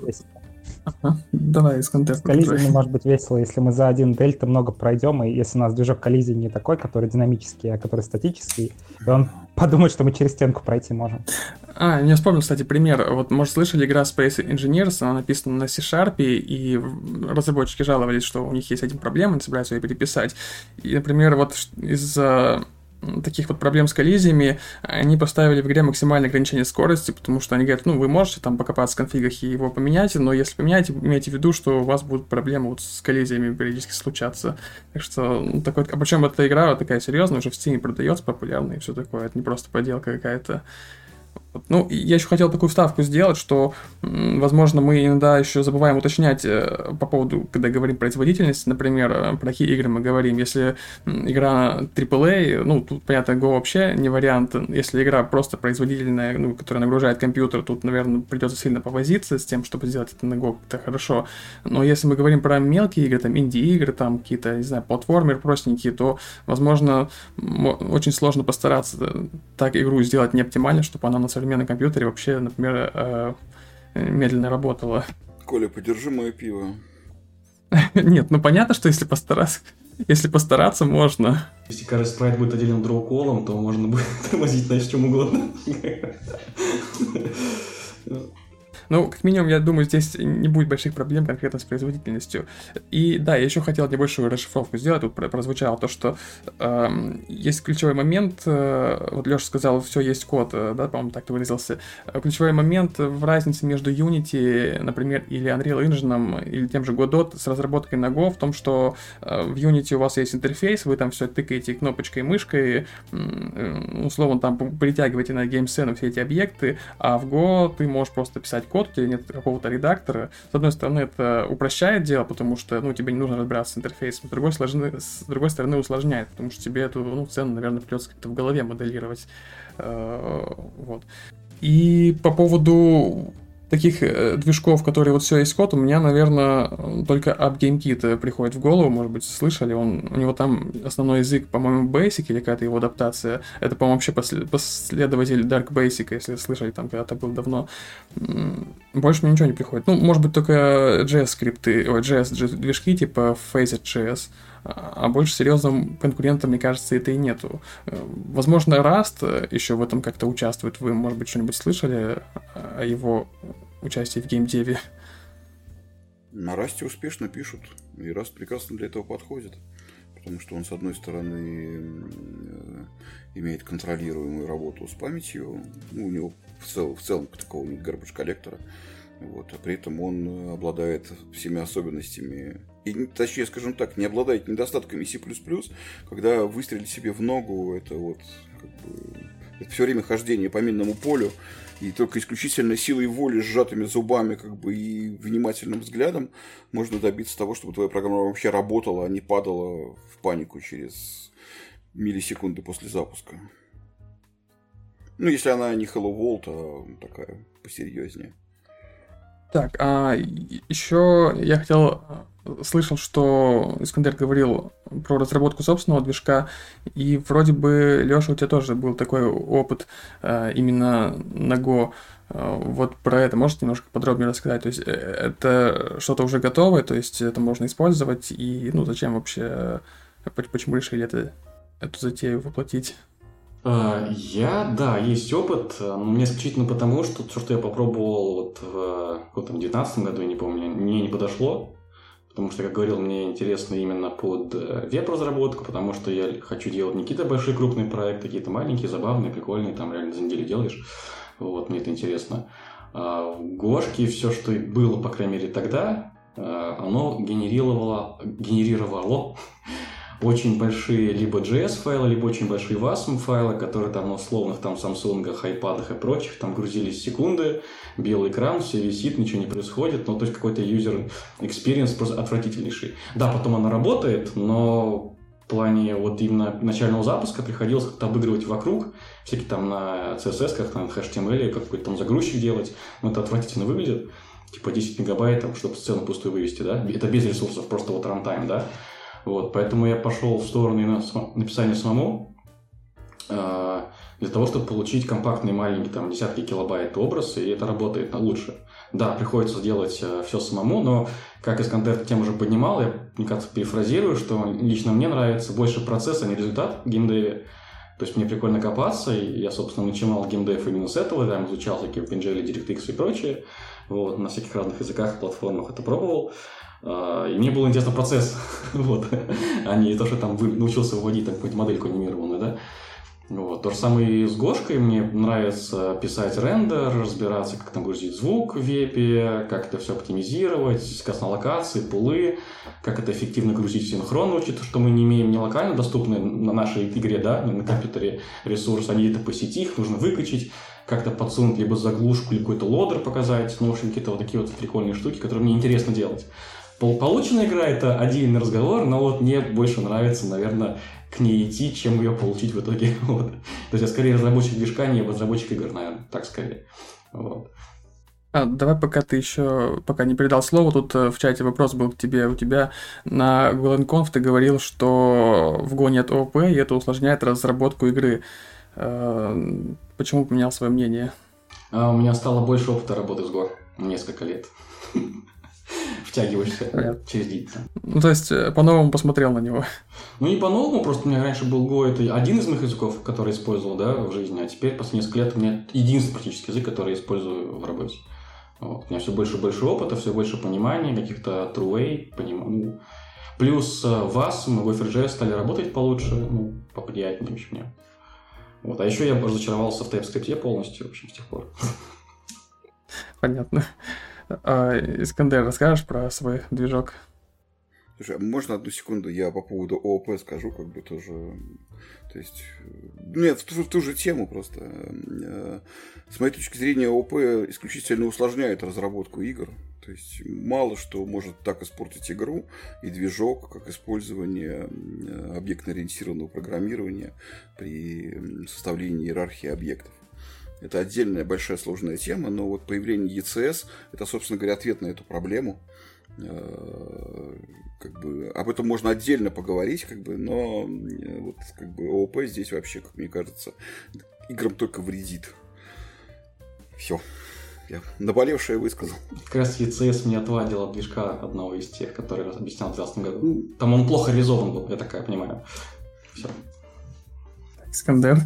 Давай из контекста. Коллизиями может быть весело, если мы за один дельта много пройдем, и если у нас движок коллизии не такой, который динамический, а который статический, и он подумает, что мы через стенку пройти можем. Я вспомнил, кстати, пример. Может, слышали, игра Space Engineers, она написана на C#, и разработчики жаловались, что у них есть с этим проблемы, они собираются ее переписать. И, например, из-за таких проблем с коллизиями они поставили в игре максимальное ограничение скорости, потому что они говорят, вы можете там покопаться в конфигах и его поменять, но если поменяете, имейте в виду, что у вас будут проблемы с коллизиями периодически случаться. Так что, причем эта игра такая серьезная, уже в Steam продается, популярная и все такое, это не просто поделка какая-то. Я еще хотел такую вставку сделать, что, возможно, мы иногда еще забываем уточнять по поводу, когда говорим про производительность, например, про какие игры мы говорим. Если игра AAA, тут, понятно, Go вообще не вариант. Если игра просто производительная, которая нагружает компьютер, тут, наверное, придется сильно повозиться с тем, чтобы сделать это на Go как-то хорошо. Но если мы говорим про мелкие игры, там, инди-игры, там, какие-то, не знаю, платформеры простенькие, то, возможно, очень сложно постараться так игру сделать не оптимально, чтобы она на современном компьютере вообще, например, медленно работала. Коля, подержи мое пиво. Нет, понятно, что если постараться... Если постараться, можно. Если Carry Sprite будет отдельным дроу-колом, то можно будет тормозить, значит, чем угодно. Ну, как минимум, я думаю, здесь не будет больших проблем конкретно с производительностью. И да, я еще хотел небольшую расшифровку сделать. Тут прозвучало то, что есть ключевой момент. Вот Леша сказал, все есть код, да, по-моему, так ты выразился. Ключевой момент в разнице между Unity, например, или Unreal Engine, или тем же Godot с разработкой на Go в том, что в Unity у вас есть интерфейс, вы там все тыкаете кнопочкой, мышкой, условно там притягиваете на геймсцену все эти объекты, а в Go ты можешь просто писать код, у тебя нет какого-то редактора. С одной стороны, это упрощает дело, потому что, тебе не нужно разбираться с интерфейсом. С другой стороны, усложняет, потому что тебе эту, цену, наверное, придется как-то в голове моделировать. Вот. И по поводу таких движков, которые вот все есть код, у меня, наверное, только AppGameKit приходит в голову, может быть, слышали, у него там основной язык, по-моему, Basic или какая-то его адаптация, это, по-моему, вообще последователь Dark Basic, если слышали, там когда-то был давно. Больше мне ничего не приходит. Может быть, только JS-движки, типа Phased.js, а больше серьезным конкурентом, мне кажется, это и нету. Возможно, Rust еще в этом как-то участвует. Вы, может быть, что-нибудь слышали о его участии в геймдеве? На Rust успешно пишут, и Rust прекрасно для этого подходит, потому что он, с одной стороны, имеет контролируемую работу с памятью, у него в целом такого нет garbage коллектора, а при этом он обладает всеми особенностями, и, точнее, скажем так, не обладает недостатками C++, когда выстрелить себе в ногу, это это все время хождение по минному полю, и только исключительно силой воли, сжатыми зубами, и внимательным взглядом можно добиться того, чтобы твоя программа вообще работала, а не падала в панику через миллисекунды после запуска. Если она не Hello World, а такая посерьезнее. Так, еще я слышал, что Искандер говорил про разработку собственного движка, и вроде бы, Леша, у тебя тоже был такой опыт именно на Go. Вот про это можете немножко подробнее рассказать? То есть это что-то уже готовое, то есть это можно использовать, и зачем вообще, почему решили эту затею воплотить? Есть опыт, но мне исключительно потому, что все, что я попробовал в 2019 году, я не помню, мне не подошло, потому что, как говорил, мне интересно именно под веб-разработку, потому что я хочу делать не какие-то большие крупные проекты, какие-то маленькие, забавные, прикольные, там реально за неделю делаешь, мне это интересно. В Гошке все, что было, по крайней мере, тогда, оно генерировало очень большие либо JS-файлы, либо очень большие WASM-файлы, которые там на условных Samsung, iPad и прочих, там грузились секунды, белый экран, все висит, ничего не происходит, то есть какой-то user experience просто отвратительнейший. Да, потом оно работает, но в плане именно начального запуска приходилось как-то обыгрывать вокруг, всякие там на CSS, на HTML, какой-то там загрузчик делать, это отвратительно выглядит, типа 10 мегабайт, чтобы сцену пустую вывести, да, это без ресурсов, просто runtime, да. Поэтому я пошел в сторону написания самому, для того, чтобы получить компактный маленький, десятки килобайт образ, и это работает лучше. Да, приходится делать все самому, но, как Искандер тему уже поднимал, я, мне кажется, перефразирую, что лично мне нравится больше процесс, а не результат в геймдеве. То есть мне прикольно копаться, и я, собственно, начинал геймдев именно с этого, изучал всякие WinGL, DirectX и прочее, на всяких разных языках, платформах это пробовал. И мне был интересен процесс, а не то, что научился выводить какую-нибудь модельку анимированную, да. То же самое и с Гошкой. Мне нравится писать рендер, разбираться, как там грузить звук в вебе, как это все оптимизировать, искать на локации, пулы, как это эффективно грузить синхронно, учитывая, что мы не имеем не локально доступные на нашей игре, да, на компьютере ресурсы, они где-то по сети, их нужно выкачать, как-то подсунуть либо заглушку, либо какой-то лодер показать, в общем, какие-то такие прикольные штуки, которые мне интересно делать. Полученная игра – это отдельный разговор, но мне больше нравится, наверное, к ней идти, чем ее получить в итоге. То есть я скорее разработчик движка, не разработчик игр, наверное, так скорее. Давай, пока не передал слово, тут в чате вопрос был к тебе. У тебя на GoLandConf ты говорил, что в Go нет ООП, и это усложняет разработку игры. Почему поменял свое мнение? У меня стало больше опыта работы с Go. Несколько лет. втягиваешься через лица. Ну, то есть, по-новому посмотрел на него. Ну, не по-новому, просто у меня раньше был Go, это один из моих языков, который использовал, да, в жизни, а теперь после нескольких лет у меня единственный практически язык, который я использую в работе. Вот. У меня все больше и больше опыта, все больше понимания, каких-то true way, плюс вас, мы в Go4.js стали работать получше, поприятнее, в общем, мне. Вот. А еще я разочаровался в TypeScript полностью, в общем, с тех пор. Понятно. Искандер, расскажешь про свой движок? Слушай, а можно одну секунду я по поводу ООП скажу, как бы тоже... То есть, нет, в ту же тему просто. С моей точки зрения, ООП исключительно усложняет разработку игр. То есть, мало что может так испортить игру и движок, как использование объектно-ориентированного программирования при составлении иерархии объектов. Это отдельная большая сложная тема, но вот появление ECS – это, собственно говоря, ответ на эту проблему. Как бы об этом можно отдельно поговорить, как бы, но вот как бы ООП здесь вообще, как мне кажется, играм только вредит. Все. Я наболевшее высказал. Как раз ECS мне отвадил от движка одного из тех, который объяснял в 2012 году. Там он плохо реализован был, я такая понимаю. Все. Искандер.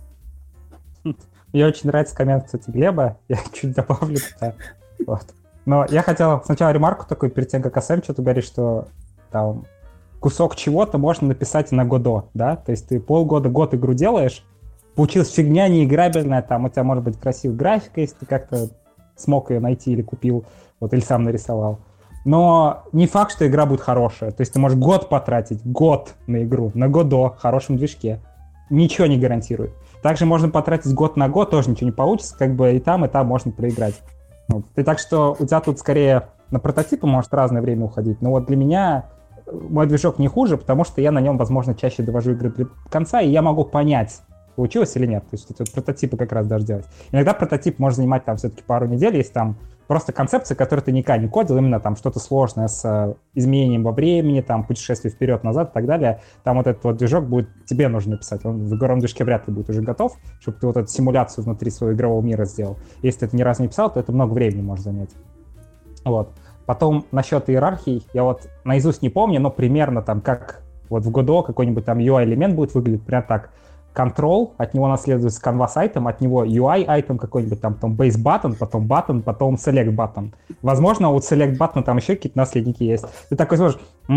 Мне очень нравится коммент, кстати, Глеба. Я чуть добавлю туда. Вот. Но я хотел сначала ремарку такую, перед тем, как АСМ что-то говорит, что там кусок чего-то можно написать на Godot, да? То есть ты полгода, год игру делаешь, получилась фигня неиграбельная, там у тебя может быть красивая графика, если ты как-то смог ее найти или купил, вот, или сам нарисовал. Но не факт, что игра будет хорошая. То есть ты можешь год потратить, год на игру, на Godot, хорошем движке. Ничего не гарантирует. Также можно потратить год на год, тоже ничего не получится, как бы и там можно проиграть. Вот. И так что у тебя тут скорее на прототипы может разное время уходить, но вот для меня мой движок не хуже, потому что я на нем, возможно, чаще довожу игры до конца, и я могу понять, получилось или нет. То есть эти вот прототипы как раз даже делать. Иногда прототип может занимать там все-таки пару недель, если там просто концепция, которую ты никогда не кодил, именно там что-то сложное с изменением во времени, там путешествие вперед-назад и так далее, там вот этот вот движок будет тебе нужно написать. Он в игровом движке вряд ли будет уже готов, чтобы ты вот эту симуляцию внутри своего игрового мира сделал. Если ты это ни разу не писал, то это много времени может занять. Вот. Потом насчет иерархий, я вот наизусть не помню, но примерно там как вот в Godot какой-нибудь там UI-элемент будет выглядеть прям так. Control, от него наследуется canvas item, от него UI item какой-нибудь, там base button, потом select button. Возможно, у select button там еще какие-то наследники есть. Ты такой смотришь,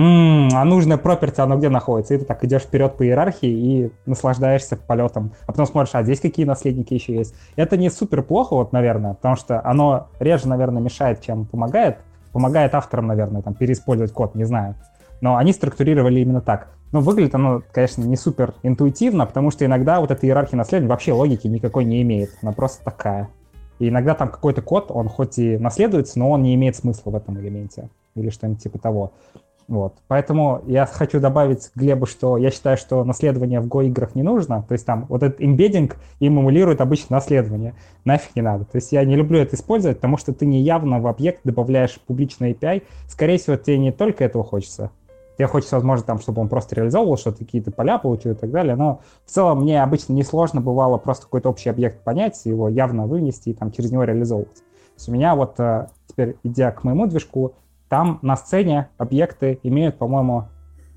а нужное property, оно где находится? И ты так идешь вперед по иерархии и наслаждаешься полетом. А потом смотришь, а здесь какие наследники еще есть. Это не супер плохо, вот, наверное, потому что оно реже, наверное, мешает, чем помогает. Помогает авторам, наверное, там, переиспользовать код, не знаю. Но они структурировали именно так. Но выглядит оно, конечно, не супер интуитивно, потому что иногда вот эта иерархия наследования вообще логики никакой не имеет. Она просто такая. И иногда там какой-то код, он хоть и наследуется, но он не имеет смысла в этом элементе. Или что-нибудь типа того. Вот. Поэтому я хочу добавить Глебу, что я считаю, что наследование в Go-играх не нужно. То есть там вот этот эмбеддинг им эмулирует обычно наследование. Нафиг не надо. То есть я не люблю это использовать, потому что ты неявно в объект добавляешь публичный API. Скорее всего, тебе не только этого хочется. Тебе хочется, возможно, там, чтобы он просто реализовывал что-то, какие-то поля получил и так далее, но в целом мне обычно несложно бывало просто какой-то общий объект понять, его явно вынести и там через него реализовывать. То есть у меня вот теперь, идя к моему движку, там на сцене объекты имеют, по-моему,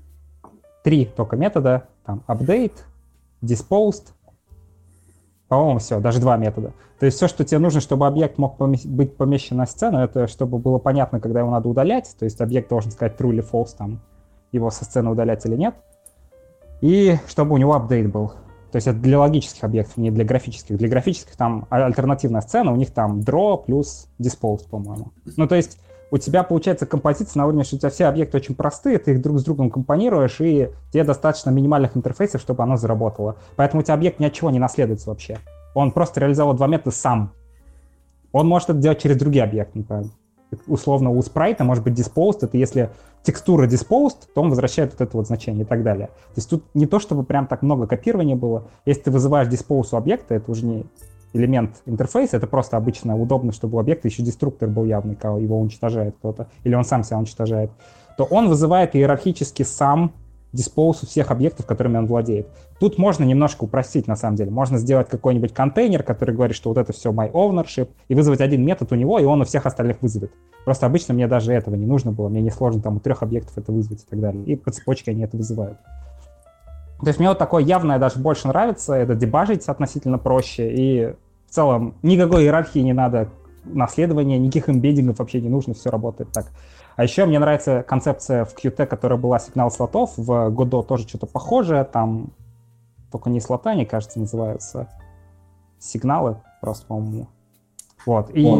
3 только метода, там update, disposed, по-моему, все, даже 2 метода. То есть все, что тебе нужно, чтобы объект мог быть помещен на сцену, это чтобы было понятно, когда его надо удалять, то есть объект должен сказать true или false, там, его со сцены удалять или нет, и чтобы у него апдейт был. То есть это для логических объектов, не для графических. Для графических там альтернативная сцена, у них там draw плюс dispose, по-моему. Ну, то есть у тебя получается композиция на уровне, что у тебя все объекты очень простые, ты их друг с другом компонируешь, и тебе достаточно минимальных интерфейсов, чтобы оно заработало. Поэтому у тебя объект ни от чего не наследуется вообще. Он просто реализовал 2 метода сам. Он может это делать через другие объекты, например. Условно, у спрайта может быть disposed, это если текстура disposed, то он возвращает вот это вот значение и так далее. То есть тут не то, чтобы прям так много копирования было. Если ты вызываешь dispose у объекта, это уже не элемент интерфейса, это просто обычно удобно, чтобы у объекта еще деструктор был явный, когда его уничтожает кто-то, или он сам себя уничтожает, то он вызывает иерархически сам диспоуз всех объектов, которыми он владеет. Тут можно немножко упростить, на самом деле. Можно сделать какой-нибудь контейнер, который говорит, что вот это все my ownership, и вызвать один метод у него, и он у всех остальных вызовет. Просто обычно мне даже этого не нужно было, мне несложно там у 3 объектов это вызвать и так далее. И по цепочке они это вызывают. То есть мне вот такое явное даже больше нравится, это дебажить относительно проще, и в целом никакой иерархии не надо, наследования, никаких эмбеддингов вообще не нужно, все работает так. А еще мне нравится концепция в Qt, которая была сигнал слотов, в Godot тоже что-то похожее, там только не слоты, они, кажется, называются сигналы, просто, по-моему. Вот, и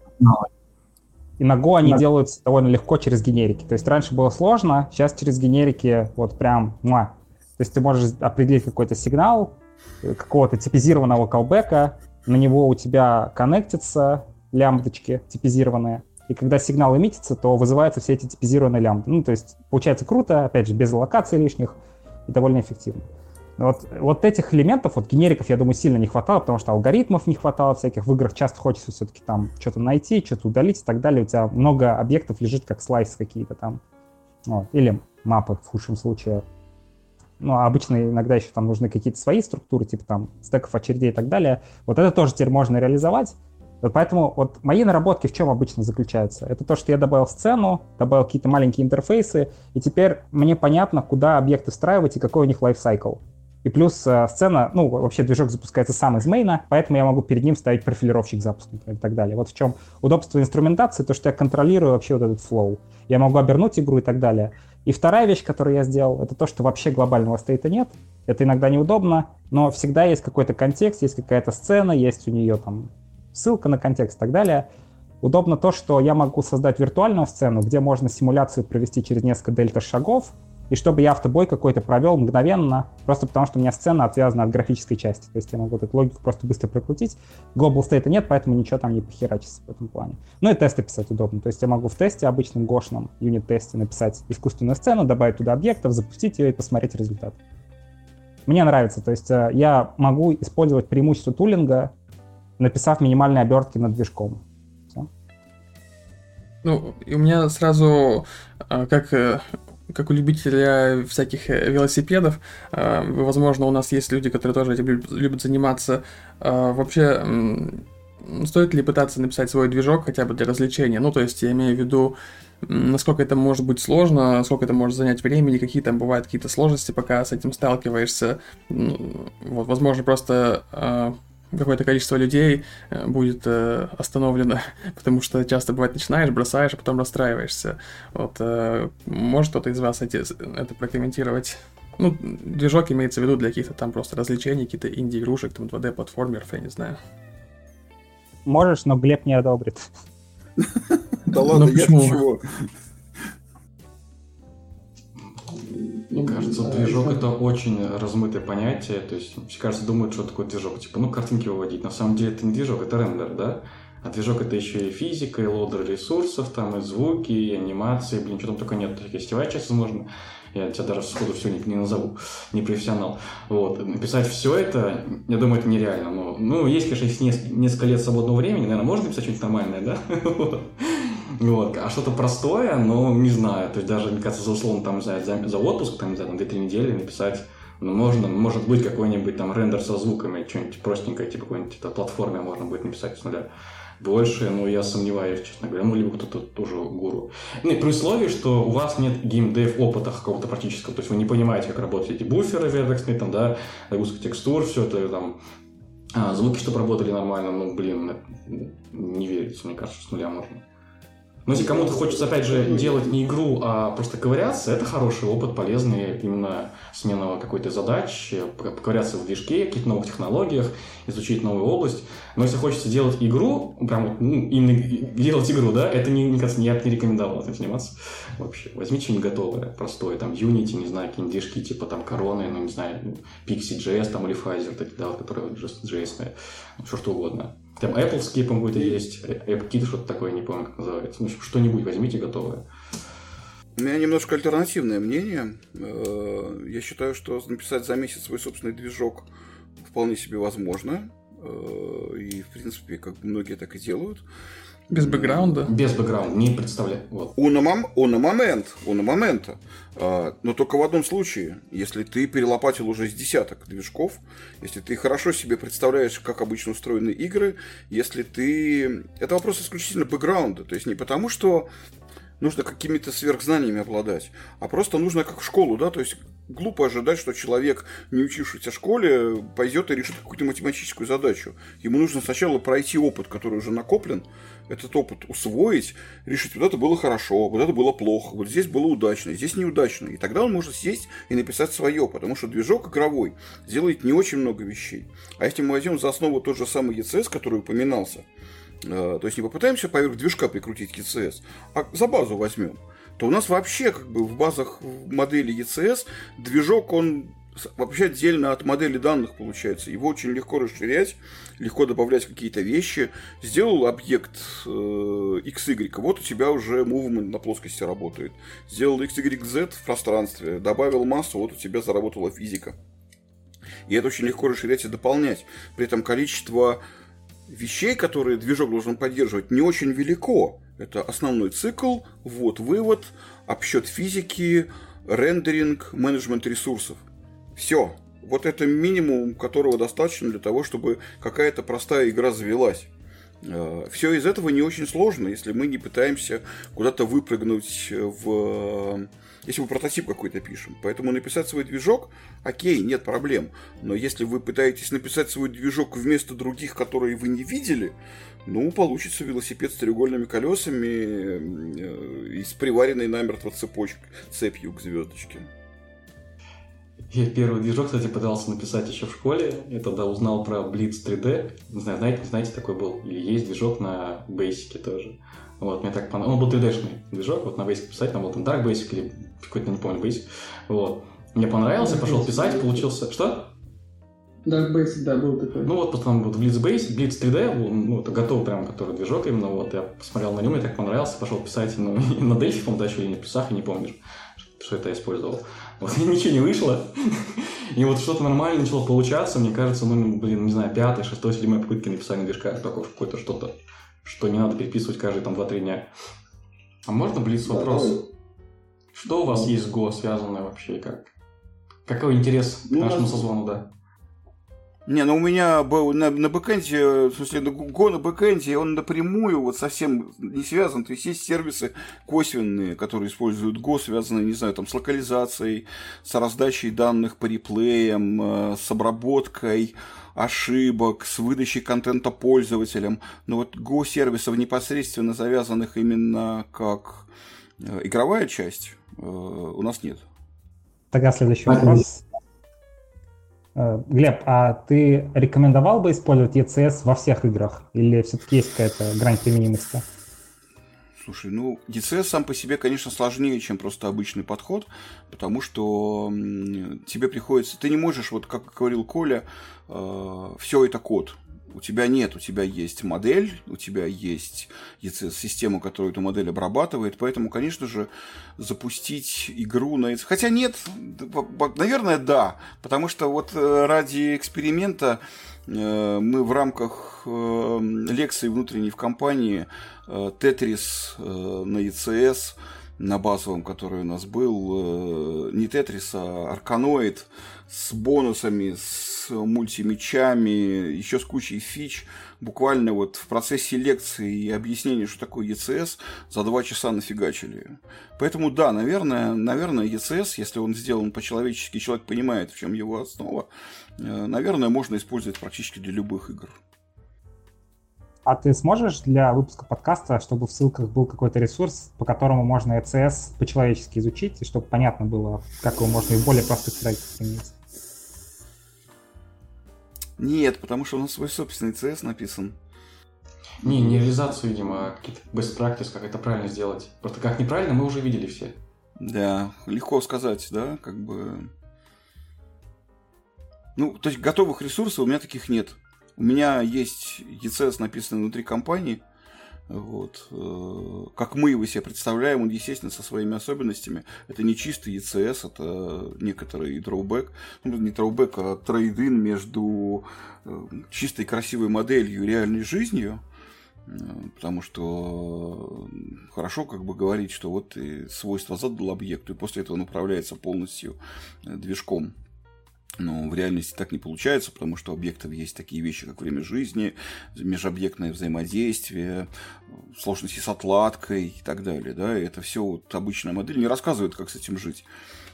на Go они делаются довольно легко через генерики. То есть раньше было сложно, сейчас через генерики вот прям муа. То есть ты можешь определить какой-то сигнал, какого-то типизированного колбека, на него у тебя коннектятся лямбдочки типизированные, и когда сигнал эмитится, то вызываются все эти типизированные лямбды. Ну, то есть получается круто, опять же, без локаций лишних и довольно эффективно. Вот этих элементов, вот генериков, я думаю, сильно не хватало, потому что алгоритмов не хватало всяких. В играх часто хочется все-таки там что-то найти, что-то удалить и так далее. У тебя много объектов лежит как слайс какие-то там. Вот. Или мапы в худшем случае. Ну, а обычно иногда еще там нужны какие-то свои структуры, типа там стеков очередей и так далее. Вот это тоже теперь можно реализовать. Вот поэтому вот мои наработки в чем обычно заключаются? Это то, что я добавил сцену, добавил какие-то маленькие интерфейсы, и теперь мне понятно, куда объекты встраивать и какой у них лайфсайкл. И плюс сцена, ну, вообще движок запускается сам из мейна, поэтому я могу перед ним ставить профилировщик запуска и так далее. Вот в чем удобство инструментации, то, что я контролирую вообще вот этот флоу. Я могу обернуть игру и так далее. И вторая вещь, которую я сделал, это то, что вообще глобального стейта нет. Это иногда неудобно, но всегда есть какой-то контекст, есть какая-то сцена, есть у нее там ссылка на контекст и так далее. Удобно то, что я могу создать виртуальную сцену, где можно симуляцию провести через несколько дельта-шагов, и чтобы я автобой какой-то провел мгновенно, просто потому что у меня сцена отвязана от графической части. То есть я могу эту логику просто быстро прокрутить. Global state нет, поэтому ничего там не похерачится в этом плане. Ну и тесты писать удобно. То есть я могу в тесте, обычном гошном юнит-тесте написать искусственную сцену, добавить туда объектов, запустить ее и посмотреть результат. Мне нравится. То есть я могу использовать преимущество тулинга, написав минимальные обертки над движком. Все. Ну, и у меня сразу, как у любителя всяких велосипедов, возможно, у нас есть люди, которые тоже этим любят заниматься. Вообще, стоит ли пытаться написать свой движок хотя бы для развлечения? Ну, то есть, я имею в виду, насколько это может быть сложно, сколько это может занять времени, какие там бывают какие-то сложности, пока с этим сталкиваешься. Вот, возможно, просто какое-то количество людей будет остановлено, потому что часто бывает начинаешь, бросаешь, а потом расстраиваешься. Вот, может кто-то из вас это прокомментировать? Ну, движок имеется в виду для каких-то там просто развлечений, какие-то инди-игрушек, там 2D-платформеров, я не знаю. Можешь, но Глеб не одобрит. Да ладно, я чего? Мне кажется, движок — это очень размытое понятие. То есть все, кажется, думают, что такое движок. Типа, ну, картинки выводить. На самом деле это не движок, это рендер, да? А движок — это еще и физика, и лоудер ресурсов, там, и звуки, и анимации. Блин, что там только нет. Гостевая часть, возможно. Я тебя даже сходу все не назову, не профессионал. Вот. Написать все это, я думаю, это нереально. Но, ну, есть, конечно, есть несколько лет свободного времени, наверное, можно написать что-нибудь нормальное, да? Вот. А что-то простое, но не знаю. То есть даже, мне кажется, за условно, там, за отпуск, там, не знаю, 2-3 недели написать, ну, может быть, какой-нибудь там рендер со звуками, что-нибудь простенькое, типа какой-нибудь платформе можно будет написать с нуля. Больше, но я сомневаюсь, честно говоря. Ну, либо кто-то тоже гуру. Ну, при условии, что у вас нет геймдев опыта какого-то практического. То есть вы не понимаете, как работают эти буферы, вердексные, там, да, загрузка текстур, все это там. Звуки, чтобы работали нормально, ну, блин, не верится, мне кажется, с нуля можно. Но если кому-то хочется, опять же, делать не игру, а просто ковыряться, это хороший опыт, полезный, именно смена какой-то задачи, поковыряться в движке, каких-то новых технологиях, изучить новую область. Но если хочется делать игру, прям именно делать игру, да, это, мне кажется, я бы не рекомендовал этим заниматься вообще. Возьмите что-нибудь готовое, простое, там, Unity, не знаю, какие-нибудь движки, типа, там, Короны, ну, не знаю, Pixie.js, там, или Pfizer, да, которые JS, все что угодно. Там Apple-ские, по-моему, какой-то есть, AppKit, что-то такое, не помню, как называется. Ну, что-нибудь возьмите готовое. У меня немножко альтернативное мнение. Я считаю, что написать за месяц свой собственный движок вполне себе возможно. И, в принципе, как многие так и делают. Без бэкграунда? Без бэкграунда, не представляю. Вот. Момента. Но только в одном случае, если ты перелопатил уже с десяток движков, если ты хорошо себе представляешь, как обычно устроены игры, если ты... Это вопрос исключительно бэкграунда. То есть не потому, что нужно какими-то сверхзнаниями обладать, а просто нужно как в школу, да, то есть глупо ожидать, что человек, не учившийся в школе, пойдет и решит какую-то математическую задачу. Ему нужно сначала пройти опыт, который уже накоплен, этот опыт усвоить, решить, вот это было хорошо, вот это было плохо, вот здесь было удачно, здесь неудачно. И тогда он может сесть и написать свое, потому что движок игровой делает не очень много вещей. А если мы возьмем за основу тот же самый ECS, который упоминался, то есть не попытаемся поверх движка прикрутить к ECS, а за базу возьмем, то у нас вообще как бы в базах модели ECS движок, он вообще отдельно от модели данных получается. Его очень легко расширять, легко добавлять какие-то вещи. Сделал объект XY, вот у тебя уже movement на плоскости работает. Сделал XYZ в пространстве, добавил массу, вот у тебя заработала физика. И это очень легко расширять и дополнять. При этом количество вещей, которые движок должен поддерживать, не очень велико. Это основной цикл, ввод-вывод, обсчет физики, рендеринг, менеджмент ресурсов. Все. Вот это минимум, которого достаточно для того, чтобы какая-то простая игра завелась. Все из этого не очень сложно, если мы не пытаемся куда-то выпрыгнуть если мы прототип какой-то пишем. Поэтому написать свой движок, окей, нет проблем. Но если вы пытаетесь написать свой движок вместо других, которые вы не видели, ну, получится велосипед с треугольными колесами и с приваренной намертво цепью к звездочке. Я первый движок, кстати, пытался написать еще в школе. Я тогда узнал про Blitz 3D. Не знаю, знаете, такой был? Или есть движок на Basic тоже. Вот, мне так понравилось. Он был 3D-шный движок, вот на Basic писать, там был там Dark Basic или какой-то, не помню, Basic. Вот. Мне понравился, пошел писать, получился... Что? Dark Basic, да, был такой. Ну вот, потом вот Blitz 3D, ну, это готовый прям, который движок именно, вот, я посмотрел на него, мне так понравился, пошел писать, ну, на Delphi, по-моему, даже или на Плюсах, я не помню, что это я использовал. Вот, ничего не вышло. И вот что-то нормально начало получаться, мне кажется, ну, не знаю, 5-й, 6-й, 7-й попытки написания движка, такое какое-то что-то, что не надо переписывать каждые там 2-3 дня. А можно Блиц вопрос? Что у вас есть с Go связанное вообще, как? Какой интерес к нашему созвону, да? Не, ну у меня был на бэкэнде, в смысле, Go на бэкэнде, он напрямую вот совсем не связан. То есть есть сервисы косвенные, которые используют Go, связанные, не знаю, там, с локализацией, с раздачей данных по реплеям, с обработкой ошибок, с выдачей контента пользователям. Но вот Go-сервисов, непосредственно завязанных именно как игровая часть, у нас нет. Тогда следующий вопрос. Глеб, а ты рекомендовал бы использовать ECS во всех играх? Или все-таки есть какая-то грань применимости? Слушай, ну, ECS сам по себе, конечно, сложнее, чем просто обычный подход, потому что тебе приходится... Ты не можешь, вот как говорил Коля, все это код. У тебя нет, у тебя есть модель, у тебя есть ECS-система, которая эту модель обрабатывает, поэтому, конечно же, запустить игру на ECS... Хотя нет, наверное, да, потому что вот ради эксперимента мы в рамках лекции внутренней в компании Tetris на ECS, на базовом, который у нас был, не Tetris, а Arkanoid, с бонусами, с мультимечами, еще с кучей фич, буквально вот в процессе лекции и объяснения, что такое ECS, за 2 часа нафигачили. Поэтому да, наверное, ECS, если он сделан по-человечески, человек понимает, в чем его основа, наверное, можно использовать практически для любых игр. А ты сможешь для выпуска подкаста, чтобы в ссылках был какой-то ресурс, по которому можно ECS по-человечески изучить, и чтобы понятно было, как его можно и в более простых проектах применить? Нет, потому что у нас свой собственный ECS написан. Не реализацию, видимо, а какие-то best practice, как это правильно сделать. Просто как неправильно, мы уже видели все. Да, легко сказать, да, как бы... Ну, то есть готовых ресурсов у меня таких нет. У меня есть ECS, написанный внутри компании. Вот. Как мы его себе представляем, он, естественно, со своими особенностями. Это не чистый ECS, это некоторый дроубэк. Ну, не дроубэк, а трейд-ин между чистой красивой моделью и реальной жизнью. Потому что хорошо как бы говорить, что вот ты свойства задал объекту, и после этого он управляется полностью движком. Но в реальности так не получается, потому что у объектов есть такие вещи, как время жизни, межобъектное взаимодействие, сложности с отладкой и так далее. Да? И это все вот обычная модель не рассказывает, как с этим жить.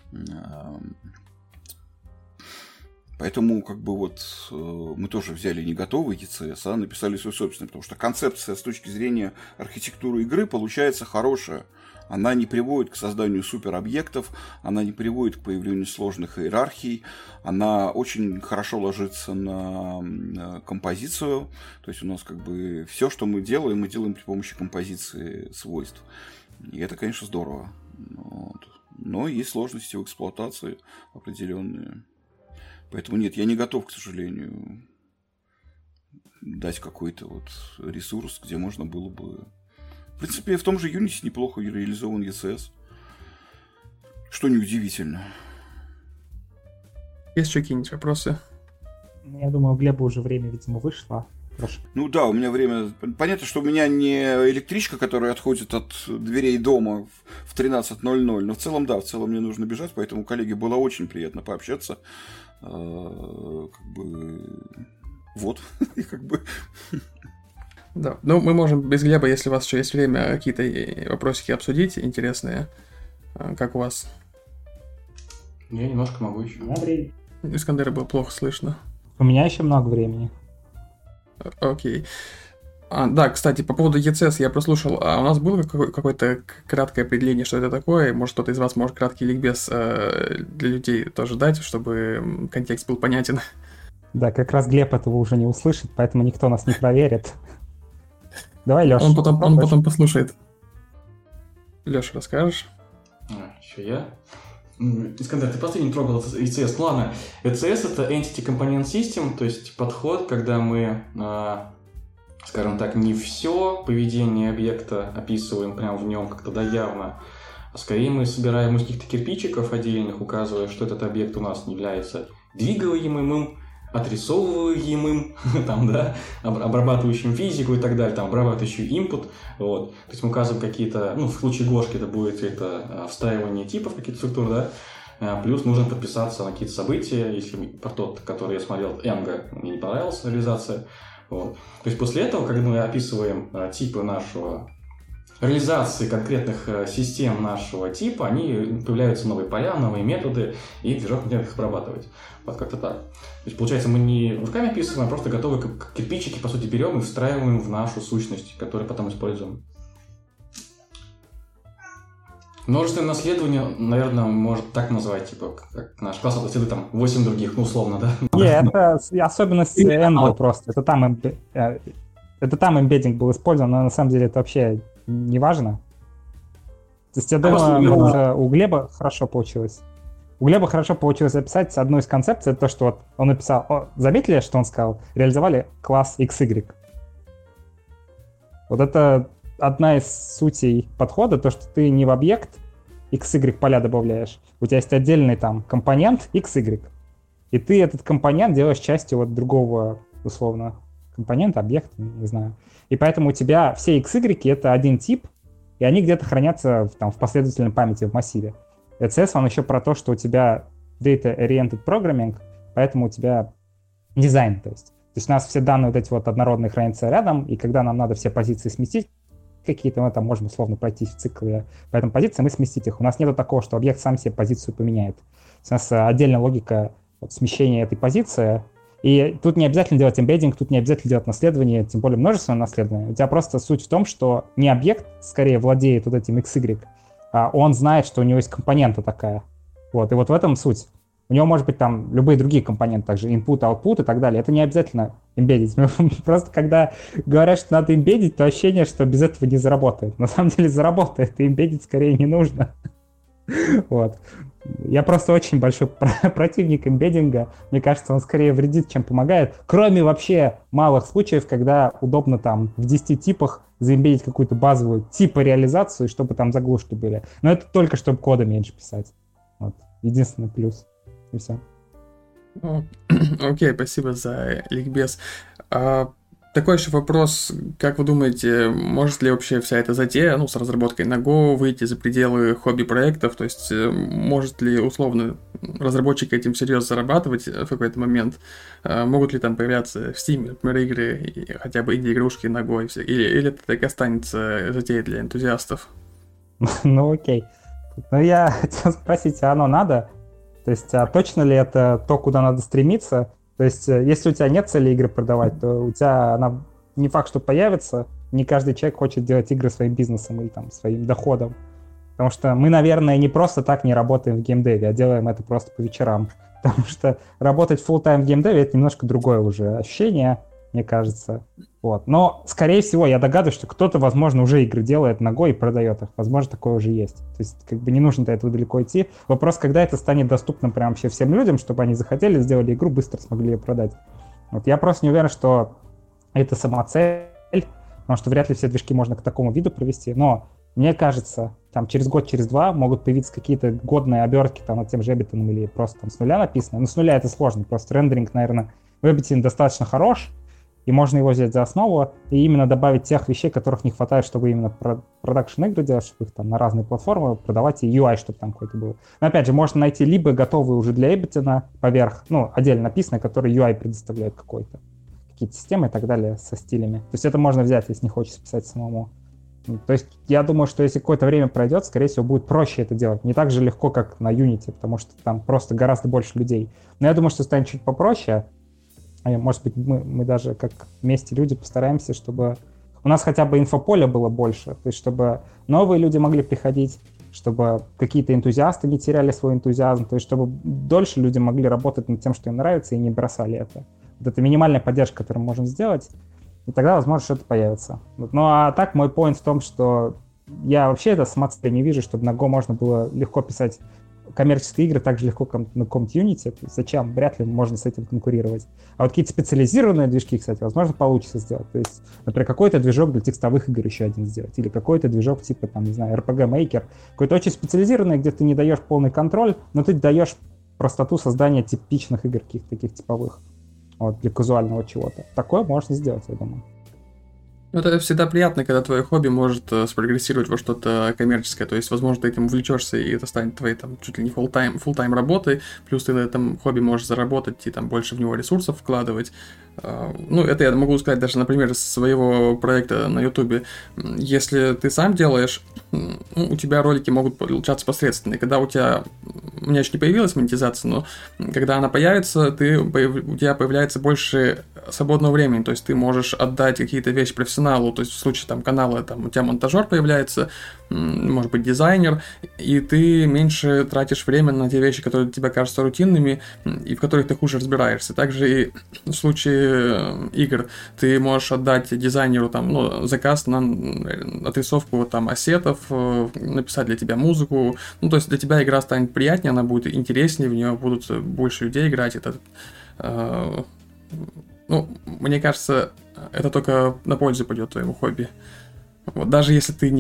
Поэтому как бы вот мы тоже взяли не готовый ECS, а написали свой собственный, потому что концепция с точки зрения архитектуры игры получается хорошая. Она не приводит к созданию суперобъектов, она не приводит к появлению сложных иерархий, она очень хорошо ложится на композицию. То есть у нас как бы все, что мы делаем при помощи композиции свойств. И это, конечно, здорово. Вот. Но есть сложности в эксплуатации определенные. Поэтому нет, я не готов, к сожалению, дать какой-то вот ресурс, где можно было бы... В принципе, в том же Unity неплохо реализован ECS. Что неудивительно. Есть еще какие-нибудь вопросы? Я думаю, у Глеба уже время, видимо, вышло. Прошу. Ну да, у меня время... Понятно, что у меня не электричка, которая отходит от дверей дома в 13:00, но в целом, да, мне нужно бежать, поэтому, коллеги, было очень приятно пообщаться. Как бы... Вот, как бы... Да, ну мы можем без Глеба, если у вас еще есть время, какие-то вопросики обсудить интересные. Как у вас? Я немножко могу еще. Искандера было плохо слышно. У меня еще много времени. Окей. Да, кстати, по поводу ECS я прослушал. А у нас было какое-то краткое определение, что это такое? Может, кто-то из вас может краткий ликбез для людей тоже дать, чтобы контекст был понятен? Да, как раз Глеб этого уже не услышит, поэтому никто нас не проверит. Давай, Леша. Он потом послушает. Леша, расскажешь? Еще я? Искандер, ты просто не трогал ECS. Ну ладно, ECS — это Entity Component System, то есть подход, когда мы, скажем так, не все поведение объекта описываем прямо в нем как-то доявно, а скорее мы собираем из каких-то кирпичиков отдельных, указывая, что этот объект у нас является двигаемым, отрисовываемым, там, да, обрабатывающим физику и так далее, там, обрабатывающий input, вот. То есть мы указываем какие-то, ну, в случае Гошки это будет это встраивание типов, каких-то структур, да, плюс нужно подписаться на какие-то события, если про тот, который я смотрел, Энго, мне не понравилась реализация, вот. То есть после этого, когда мы описываем типы нашего реализации конкретных систем нашего типа, они появляются новые поля, новые методы, и движок начинает их обрабатывать. Вот как-то так. То есть, получается, мы не руками описываем, а просто готовые кирпичики, по сути, берем и встраиваем в нашу сущность, которую потом используем. Множественное наследование, наверное, может так назвать, типа, как наш класс наследует там 8 других, ну, условно, да? Нет, это особенность Envo просто. Это там эмбеддинг был использован, но на самом деле это вообще не важно. То есть, я думаю, у Глеба хорошо получилось. У Глеба хорошо получилось описать одну из концепций, это то, что вот он написал, заметили, что он сказал? Реализовали класс XY. Вот это одна из сутей подхода, то, что ты не в объект XY поля добавляешь, у тебя есть отдельный там компонент XY, и ты этот компонент делаешь частью вот другого, условно, компонента, объекта, не знаю. И поэтому у тебя все XY — это один тип, и они где-то хранятся там в последовательной памяти в массиве. ECS, он еще про то, что у тебя data-oriented programming, поэтому у тебя дизайн, то есть у нас все данные вот эти вот однородные хранятся рядом, и когда нам надо все позиции сместить какие-то, мы там можем условно пройтись в цикле по этим позициям и сместить их. У нас нету такого, что объект сам себе позицию поменяет. У нас отдельная логика вот, смещения этой позиции, и тут не обязательно делать эмбеддинг, тут не обязательно делать наследование, тем более множественное наследование. У тебя просто суть в том, что не объект скорее владеет вот этим XY, а он знает, что у него есть компонента такая. Вот, и вот в этом суть. У него может быть там любые другие компоненты, также input, output и так далее. Это не обязательно эмбеддить. Просто когда говорят, что надо эмбеддить, то ощущение, что без этого не заработает. На самом деле заработает, и эмбеддить скорее не нужно. Вот. Я просто очень большой противник эмбеддинга. Мне кажется, он скорее вредит, чем помогает. Кроме вообще малых случаев, когда удобно там в 10 типах заэмбедить какую-то базовую типа реализацию, чтобы там заглушки были. Но это только чтобы кода меньше писать. Вот. Единственный плюс. И все. Окей, спасибо за ликбез. Такой еще вопрос, как вы думаете, может ли вообще вся эта затея, с разработкой на Go выйти за пределы хобби-проектов, то есть может ли условно разработчики этим серьезно зарабатывать в какой-то момент, могут ли там появляться в Steam, например, игры, хотя бы инди-игрушки на Go, или это так останется затеей для энтузиастов? Ну окей. Ну я хотел спросить, а оно надо? То есть, а точно ли это то, куда надо стремиться? То есть, если у тебя нет цели игры продавать, то у тебя она не факт, что появится. Не каждый человек хочет делать игры своим бизнесом или там своим доходом. Потому что мы, наверное, не просто так не работаем в геймдеве, а делаем это просто по вечерам. Потому что работать full-time в геймдеве — это немножко другое уже ощущение, мне кажется. Вот. Но, скорее всего, я догадываюсь, что кто-то, возможно, уже игры делает на Go и продает их. Возможно, такое уже есть. То есть, как бы не нужно до этого далеко идти. Вопрос, когда это станет доступно прям вообще всем людям, чтобы они захотели, сделали игру, быстро смогли ее продать. Вот. Я просто не уверен, что это сама цель, потому что вряд ли все движки можно к такому виду провести. Но мне кажется, там через год, через два могут появиться какие-то годные обертки там над тем же Эббитоном или просто там с нуля написано. Ну, с нуля это сложно, просто рендеринг, наверное, в Эббитоне достаточно хорош, и можно его взять за основу и именно добавить тех вещей, которых не хватает, чтобы именно продакшн-игры делать, чтобы их там на разные платформы продавать, и UI, чтобы там какой-то был. Но опять же, можно найти либо готовые уже для Ableton поверх, отдельно написанные, которые UI предоставляют какой-то, какие-то системы и так далее со стилями. То есть это можно взять, если не хочется писать самому. То есть я думаю, что если какое-то время пройдет, скорее всего, будет проще это делать. Не так же легко, как на Unity, потому что там просто гораздо больше людей. Но я думаю, что станет чуть попроще. Может быть, мы даже как вместе люди постараемся, чтобы у нас хотя бы инфополя было больше, то есть чтобы новые люди могли приходить, чтобы какие-то энтузиасты не теряли свой энтузиазм, то есть чтобы дольше люди могли работать над тем, что им нравится, и не бросали это. Вот это минимальная поддержка, которую мы можем сделать, и тогда, возможно, что-то появится. Вот. Ну а так мой поинт в том, что я вообще это сама цель не вижу, чтобы на Go можно было легко писать коммерческие игры так же легко, как на каком-то Unity. Зачем? Вряд ли можно с этим конкурировать. А вот какие-то специализированные движки, кстати, возможно, получится сделать. То есть, например, какой-то движок для текстовых игр еще один сделать. Или какой-то движок типа, там, не знаю, RPG Maker. Какой-то очень специализированный, где ты не даешь полный контроль, но ты даешь простоту создания типичных игр, каких-то таких типовых. Вот, для казуального чего-то. Такое можно сделать, я думаю. Это всегда приятно, когда твое хобби может спрогрессировать во что-то коммерческое, то есть, возможно, ты этим увлечешься, и это станет твоей там чуть ли не full-time работой, плюс ты на этом хобби можешь заработать и там больше в него ресурсов вкладывать. Это я могу сказать даже, например, из своего проекта на YouTube. Если ты сам делаешь, у тебя ролики могут получаться посредственные. Когда у меня еще не появилась монетизация, но когда она появится, у тебя появляется больше свободного времени, то есть ты можешь отдать какие-то вещи профессионалу, то есть в случае там канала там, у тебя монтажер появляется, может быть дизайнер, и ты меньше тратишь время на те вещи, которые для тебя кажутся рутинными, и в которых ты хуже разбираешься. Также и в случае игр ты можешь отдать дизайнеру там, заказ на отрисовку там ассетов, написать для тебя музыку, то есть для тебя игра станет приятнее, она будет интереснее, в нее будут больше людей играть, мне кажется, это только на пользу пойдет твоему хобби. Вот, даже если ты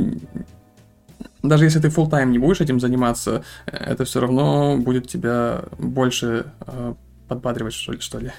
full-time не будешь этим заниматься, это все равно будет тебя больше подбадривать, что ли.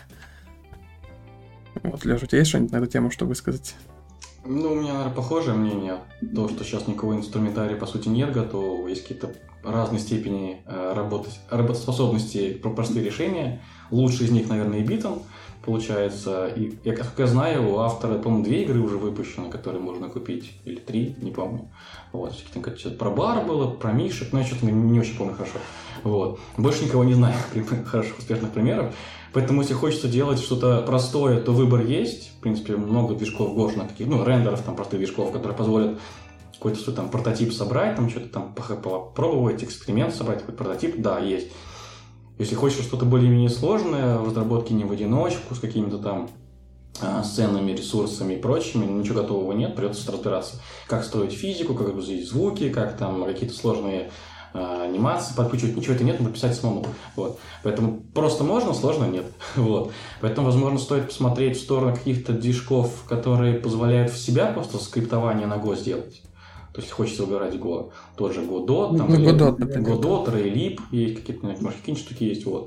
Вот, Леша, у тебя есть что-нибудь на эту тему, что высказать? У меня, наверное, похожее мнение. То, что сейчас никакого инструментария, по сути, нет готового. Есть какие-то разные степени работоспособности про простые решения. Лучший из них, наверное, Ableton получается. И, как я знаю, у автора, по-моему, 2 игры уже выпущены, которые можно купить. Или 3, не помню. Вот. Что-то про бар было, про мишек, но я что-то не очень помню хорошо. Вот. Больше никого не знаю хороших, успешных примеров. Поэтому, если хочется делать что-то простое, то выбор есть. В принципе, много движков гошных, таких, рендеров, там, простых движков, которые позволят какой-то свой там прототип собрать, там, что-то там попробовать, эксперимент собрать, какой-то прототип, да, есть. Если хочешь что-то более-менее сложное, в разработке не в одиночку, с какими-то там сценами, ресурсами и прочими, ничего готового нет, придется разбираться, как строить физику, как грузить звуки, как там какие-то сложные анимации подключить, ничего это нет, надо писать самому. Вот. Поэтому просто можно, сложно нет. Вот. Поэтому, возможно, стоит посмотреть в сторону каких-то движков, которые позволяют в себя просто скриптование на Go сделать. То есть, если хочется выбирать Go, тот же Godot, там, Godot, например. Godot, Raylib, есть какие-то, может, какие-нибудь штуки есть, вот.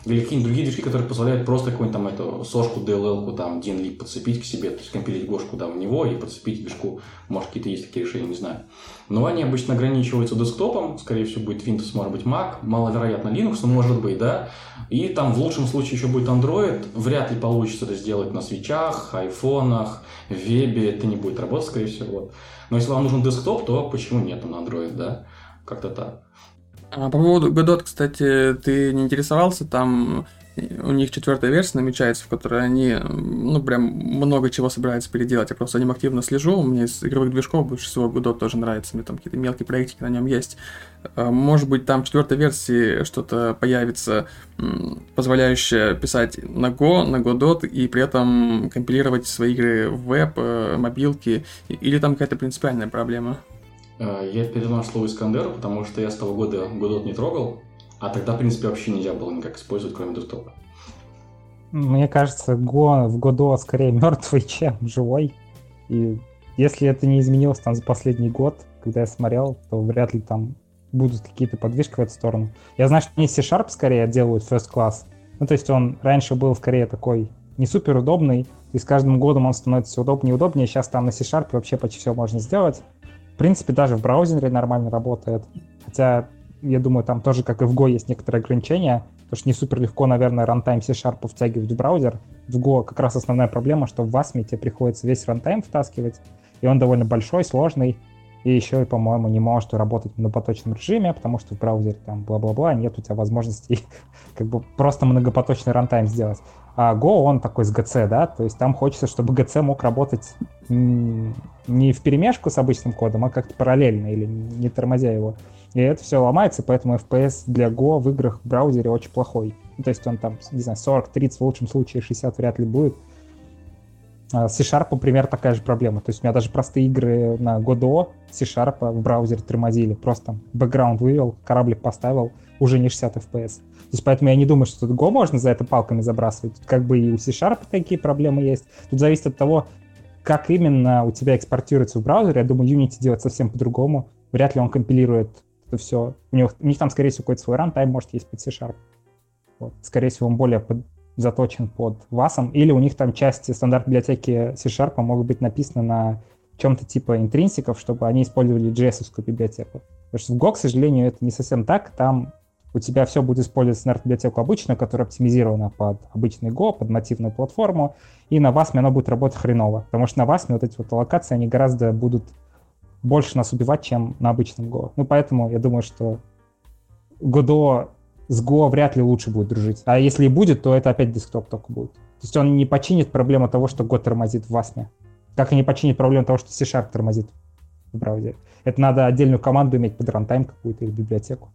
Или какие-нибудь другие движки, которые позволяют просто какую-нибудь там эту сошку, DLL-ку, там, DNLib подцепить к себе, то есть компилить гошку в него и подцепить движку. Может, какие-то есть такие решения, не знаю. Но они обычно ограничиваются десктопом, скорее всего, будет Windows, может быть, Mac, маловероятно Linux, но может быть, да. И там в лучшем случае еще будет Android. Вряд ли получится это сделать на свитчах, айфонах, вебе, это не будет работать, скорее всего. Вот. Но если вам нужен десктоп, то почему нет на Android, да? Как-то так. А по поводу Godot, кстати, ты не интересовался? Там у них 4-я версия намечается, в которой они, прям много чего собираются переделать. Я просто за ним активно слежу. Мне из игровых движков больше всего Godot тоже нравится. Мне там какие-то мелкие проектики на нем есть. Может быть, там в 4-й версии что-то появится, позволяющее писать на Go, на Godot, и при этом компилировать свои игры в веб, мобилки. Или там какая-то принципиальная проблема? Я переношу слово Искандеру, потому что я с того года Godot не трогал, а тогда, в принципе, вообще нельзя было никак использовать, кроме десктопа. Мне кажется, Go в Godot скорее мертвый, чем живой. И если это не изменилось там за последний год, когда я смотрел, то вряд ли там будут какие-то подвижки в эту сторону. Я знаю, что они C# скорее делают first class. То есть он раньше был скорее такой не супер удобный, и с каждым годом он становится все удобнее и удобнее. Сейчас там на C# вообще почти все можно сделать. В принципе, даже в браузере нормально работает. Хотя, я думаю, там тоже, как и в Go, есть некоторые ограничения. Потому что не супер легко, наверное, рантайм C# втягивать в браузер. В Go как раз основная проблема, что в Wasm тебе приходится весь рантайм втаскивать. И он довольно большой, сложный. И еще, и, по-моему, не может работать в многопоточном режиме, потому что в браузере там бла-бла-бла, нет у тебя возможности как бы просто многопоточный рантайм сделать. А Go, он такой с GC, да, то есть там хочется, чтобы GC мог работать не вперемешку с обычным кодом, а как-то параллельно или не тормозя его. И это все ломается, поэтому FPS для Go в играх в браузере очень плохой. То есть он там, не знаю, 40-30, в лучшем случае 60 вряд ли будет. C#, например, такая же проблема. То есть у меня даже простые игры на Godot C# в браузере тормозили. Просто бэкграунд вывел, кораблик поставил, уже не 60 FPS. То есть поэтому я не думаю, что тут Go можно за это палками забрасывать. Тут как бы и у C# такие проблемы есть. Тут зависит от того, как именно у тебя экспортируется в браузере. Я думаю, Unity делает совсем по-другому. Вряд ли он компилирует это все. У них там, скорее всего, какой-то свой рантайм, может, есть под C#. Вот. Скорее всего, он более заточен под Wasm, или у них там части стандартной библиотеки C# могут быть написаны на чем-то типа интринсиков, чтобы они использовали JS-овскую библиотеку. Потому что в Go, к сожалению, это не совсем так. Там у тебя все будет использовать стандартную библиотеку обычную, которая оптимизирована под обычный Go, под нативную платформу, и на Wasm оно будет работать хреново. Потому что на Wasm вот эти вот аллокации, они гораздо будут больше нас убивать, чем на обычном Go. Поэтому я думаю, что Godot с Go вряд ли лучше будет дружить. А если и будет, то это опять десктоп только будет. То есть он не починит проблему того, что Go тормозит в Wasm. Как и не починит проблему того, что C# тормозит в браузере. Это надо отдельную команду иметь под рантайм какую-то или библиотеку.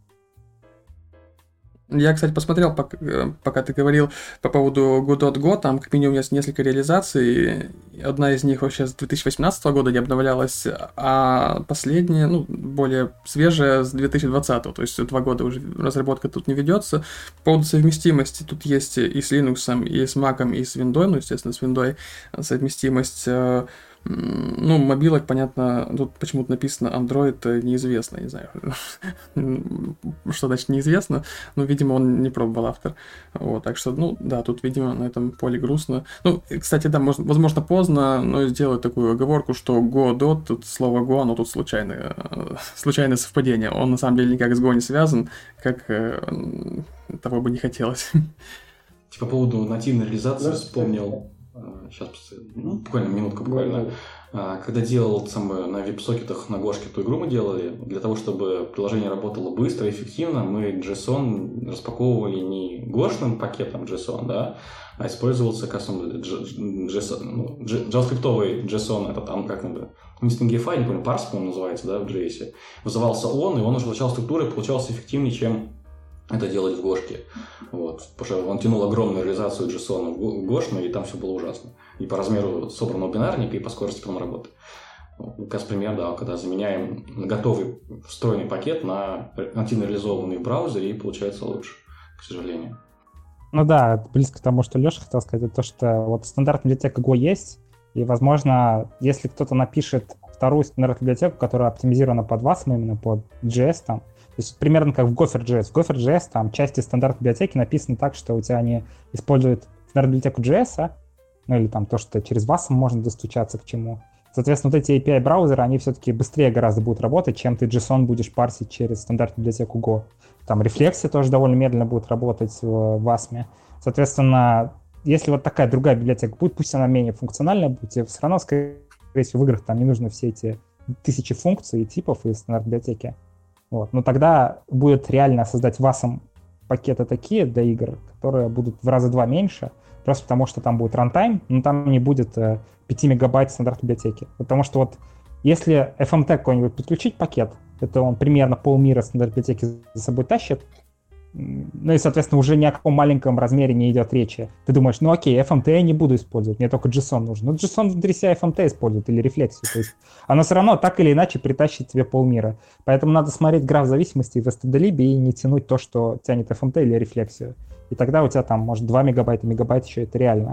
Я, кстати, посмотрел, пока ты говорил по поводу Godot.go, там как минимум есть несколько реализаций. Одна из них вообще с 2018 года не обновлялась, а последняя, более свежая, с 2020. То есть 2 года уже разработка тут не ведется. По поводу совместимости тут есть и с Linux, и с Mac, и с Windows, естественно, с Windows совместимость. Мобилок, понятно, тут почему-то написано Android неизвестно, не знаю, что значит неизвестно, но, видимо, он не пробовал автор. Вот, так что, да, тут, видимо, на этом поле грустно. Кстати, да, возможно, поздно, но сделаю такую оговорку, что Godot, тут слово Go, оно тут случайное совпадение. Он, на самом деле, никак с Go не связан, как того бы не хотелось. По поводу нативной реализации вспомнил... Сейчас, буквально минутка буквально. Когда делал на веб-сокетах на Гошке ту игру мы делали, для того, чтобы приложение работало быстро и эффективно, мы JSON распаковывали не гошным пакетом JSON, да, а использовался JavaScript-овый JSON, это там как-нибудь, не Stingify, не помню, парс, по-моему, называется, да, в JS. Вызывался он, и он уже получал структуру и получался эффективнее, чем это делать в Гошке. Вот. Потому что он тянул огромную реализацию JSON в Гошную, и там все было ужасно. И по размеру собранного бинарника, и по скорости потом работы. Как раз пример, да, когда заменяем готовый встроенный пакет на нативно реализованный в браузере, и получается лучше, к сожалению. Да, близко к тому, что Леша хотел сказать, это то, что вот стандартная библиотека Go есть, и, возможно, если кто-то напишет вторую стандартную библиотеку, которая оптимизирована под Wasm, именно под JS, там, есть примерно как в Gopher.js. В Gopher.js там части стандарт библиотеки написаны так, что у тебя они используют стандарт библиотеку JS, ну или там то, что через WASM можно достучаться к чему. Соответственно, вот эти API-браузеры, они все-таки быстрее гораздо будут работать, чем ты JSON будешь парсить через стандартную библиотеку Go. Там рефлексия тоже довольно медленно будет работать в WASM. Соответственно, если вот такая другая библиотека будет, пусть она менее функциональная будет, тебе все равно, скорее всего, в играх там не нужно все эти тысячи функций и типов из стандартной библиотеки. Вот. Но тогда будет реально создать WASM пакеты такие для игр, которые будут в раза 2 меньше, просто потому что там будет рантайм, но там не будет 5 мегабайт стандартной библиотеки. Потому что вот если FMT какой-нибудь подключить пакет, это он примерно полмира стандартной библиотеки за собой тащит, ну и, соответственно, уже ни о каком маленьком размере не идет речи. Ты думаешь, ну окей, FMT я не буду использовать, мне только JSON нужен. Ну JSON внутри себя FMT использует или рефлексию. То есть оно все равно так или иначе притащит тебе полмира. Поэтому надо смотреть граф зависимости в std.lib и не тянуть то, что тянет FMT или рефлексию. И тогда у тебя там, может, 2 мегабайта, мегабайт еще это реально.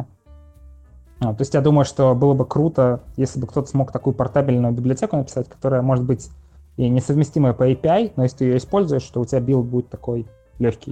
То есть я думаю, что было бы круто, если бы кто-то смог такую портабельную библиотеку написать, которая может быть и несовместимая по API, но если ты ее используешь, то у тебя билд будет такой легкий.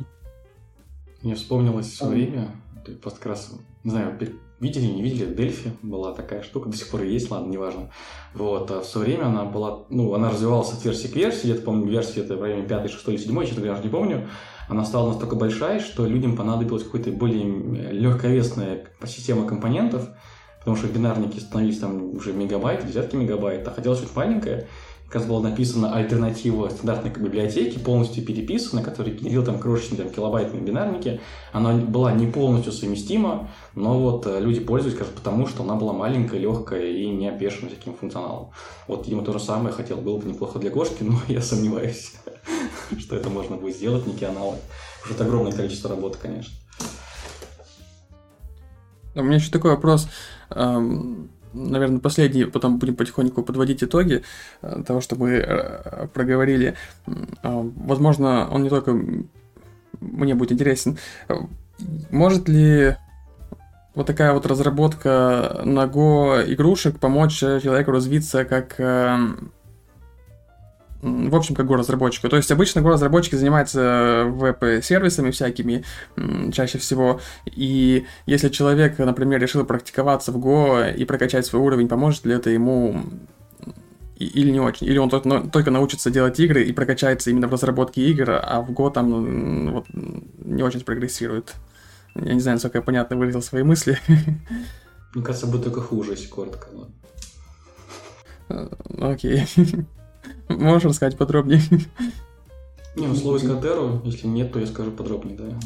Мне вспомнилось все время, просто как раз, не знаю, видели, не видели, Delphi была такая штука, до сих пор и есть, ладно, неважно. Вот, а в свое время она была, она развивалась от версии к версии, я помню, версии это в районе 5, 6 или 7, честно говоря, не помню. Она стала настолько большая, что людям понадобилась какая-то более легковесная система компонентов, потому что бинарники становились там уже мегабайт, десятки мегабайт, а хотелось что-то маленькое. Как раз была написана альтернатива стандартной библиотеки, полностью переписана, которая генерила там крошечные килобайтные бинарники. Она была не полностью совместима, но вот люди пользовались, кажется, потому что она была маленькая, легкая и не опешена всяким функционалом. Вот, видимо, то же самое хотел, было бы неплохо для Гошки, но я сомневаюсь, что это можно будет сделать, некий аналог. Уже это огромное количество работы, конечно. У меня еще такой вопрос. Наверное, последний, потом будем потихоньку подводить итоги того, что мы проговорили. Возможно, он не только мне будет интересен. Может ли вот такая вот разработка на Go игрушек помочь человеку развиться как... В общем, как Go-разработчика. То есть обычно Go-разработчики занимаются веб-сервисами всякими, чаще всего. И если человек, например, решил практиковаться в Go и прокачать свой уровень, поможет ли это ему или не очень? Или он только научится делать игры и прокачается именно в разработке игр, а в Go там вот, не очень спрогрессирует? Я не знаю, насколько я понятно выразил свои мысли. Мне кажется, будет только хуже, если коротко. Окей. Можешь рассказать подробнее? Слово из Катеру, если нет, то я скажу подробнее, да.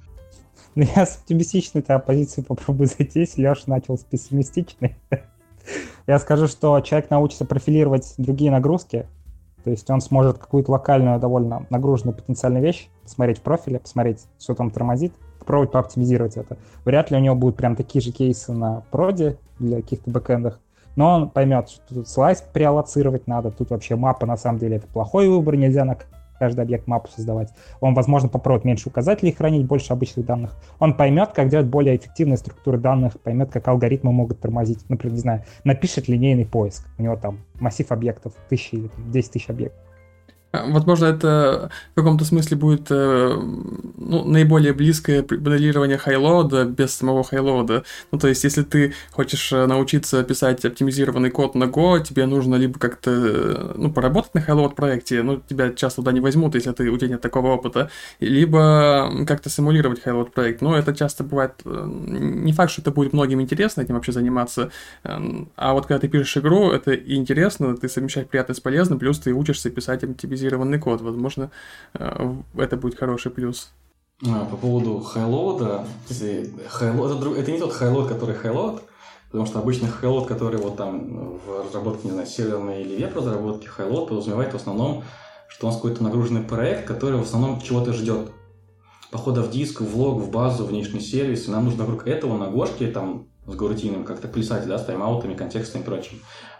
Я с оптимистичной позиции попробую зайти, если Леша начал с пессимистичной. Я скажу, что человек научится профилировать другие нагрузки, то есть он сможет какую-то локальную, довольно нагруженную потенциальную вещь посмотреть в профиле, посмотреть, что там тормозит, попробовать пооптимизировать это. Вряд ли у него будут прям такие же кейсы на проде для каких-то бэкэндах, но он поймет, что тут слайс преаллоцировать надо, тут вообще мапа на самом деле это плохой выбор, нельзя на каждый объект мапу создавать. Он, возможно, попробует меньше указателей хранить, больше обычных данных. Он поймет, как делать более эффективные структуры данных, поймет, как алгоритмы могут тормозить. Например, не знаю, напишет линейный поиск. У него там массив объектов, 1000 или 10 тысяч объектов. Возможно, это в каком-то смысле будет наиболее близкое моделирование хайлоуда без самого хайлоуда. То есть, если ты хочешь научиться писать оптимизированный код на Go, тебе нужно либо как-то поработать на хайлоуд проекте, тебя часто туда не возьмут, если у тебя нет такого опыта, либо как-то симулировать хайлоуд проект. Но это часто бывает... Не факт, что это будет многим интересно этим вообще заниматься, а вот когда ты пишешь игру, это и интересно, ты совмещаешь приятное с полезным, плюс ты учишься писать оптимизированный код. Возможно, это будет хороший плюс. По поводу хайлоуда, это не тот хайлоуд, который хайлоуд, потому что обычно хайлоуд, который вот там в разработке, не знаю, серверной или веб-разработки, хайлоуд подразумевает в основном, что у нас какой-то нагруженный проект, который в основном чего-то ждет. Похода в диск, в лог, в базу, внешний сервис, и нам нужно вокруг этого на Гошке там с горутином как-то плясать, да, с тайм-аутами, контекстами и прочим.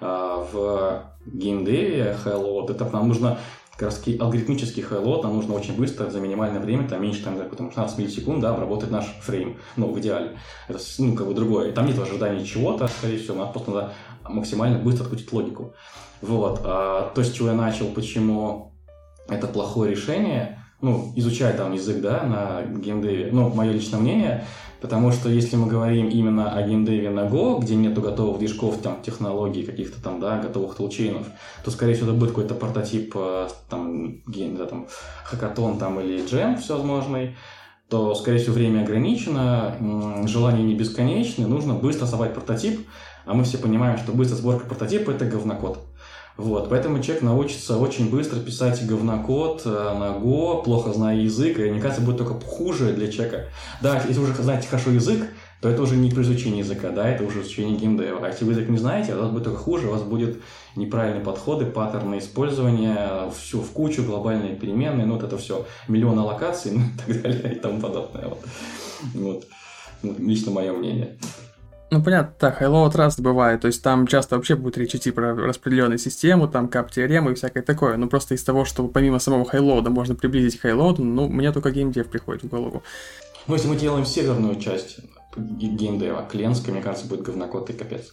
В геймдеве хайлоуд, это нам нужно как раз алгоритмический хайлоуд, нам нужно очень быстро, за минимальное время, там меньше, там, 16 миллисекунд, да, обработать наш фрейм, в идеале. Это, другое. Там нет ожидания чего-то, скорее всего, нам просто надо максимально быстро открутить логику. Вот. То, с чего я начал, почему это плохое решение, изучать там язык, да, на геймдеве, мое личное мнение, потому что если мы говорим именно о геймдеве на Go, где нету готовых движков, там, технологий, каких-то там, да, готовых тулчейнов, то, скорее всего, это будет какой-то прототип, там, хакатон там, или джем всевозможный, то, скорее всего, время ограничено, желание не бесконечное, нужно быстро создавать прототип, а мы все понимаем, что быстрая сборка прототипа – это говнокод. Вот, поэтому человек научится очень быстро писать говнокод на Go, плохо зная язык, и, мне кажется, будет только хуже для человека. Да, если вы уже знаете хорошо язык, то это уже не про изучение языка, да, это уже изучение геймдева. А если вы язык не знаете, у вас будет только хуже, у вас будет неправильные подходы, паттерны использования, все в кучу, глобальные переменные, вот это все, миллион аллокаций, и так далее, и тому подобное. Вот. Лично мое мнение. Понятно, так, high-load trust бывает, то есть там часто вообще будет речь идти про распределенную систему, там кап-теоремы и всякое такое, просто из того, что помимо самого high-load можно приблизить к high-load, мне только геймдев приходит в голову. Если мы делаем северную часть геймдева, клиентская, мне кажется, будет говнокод и капец.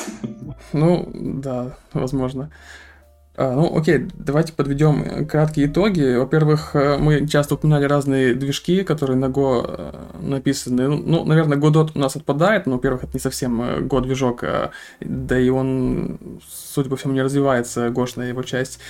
Да, возможно. Окей, давайте подведем краткие итоги. Во-первых, мы часто упоминали разные движки, которые на Go написаны. Наверное, Godot у нас отпадает, но, во-первых, это не совсем Go-движок, да и он, судя по всему, не развивается, гошная его часть.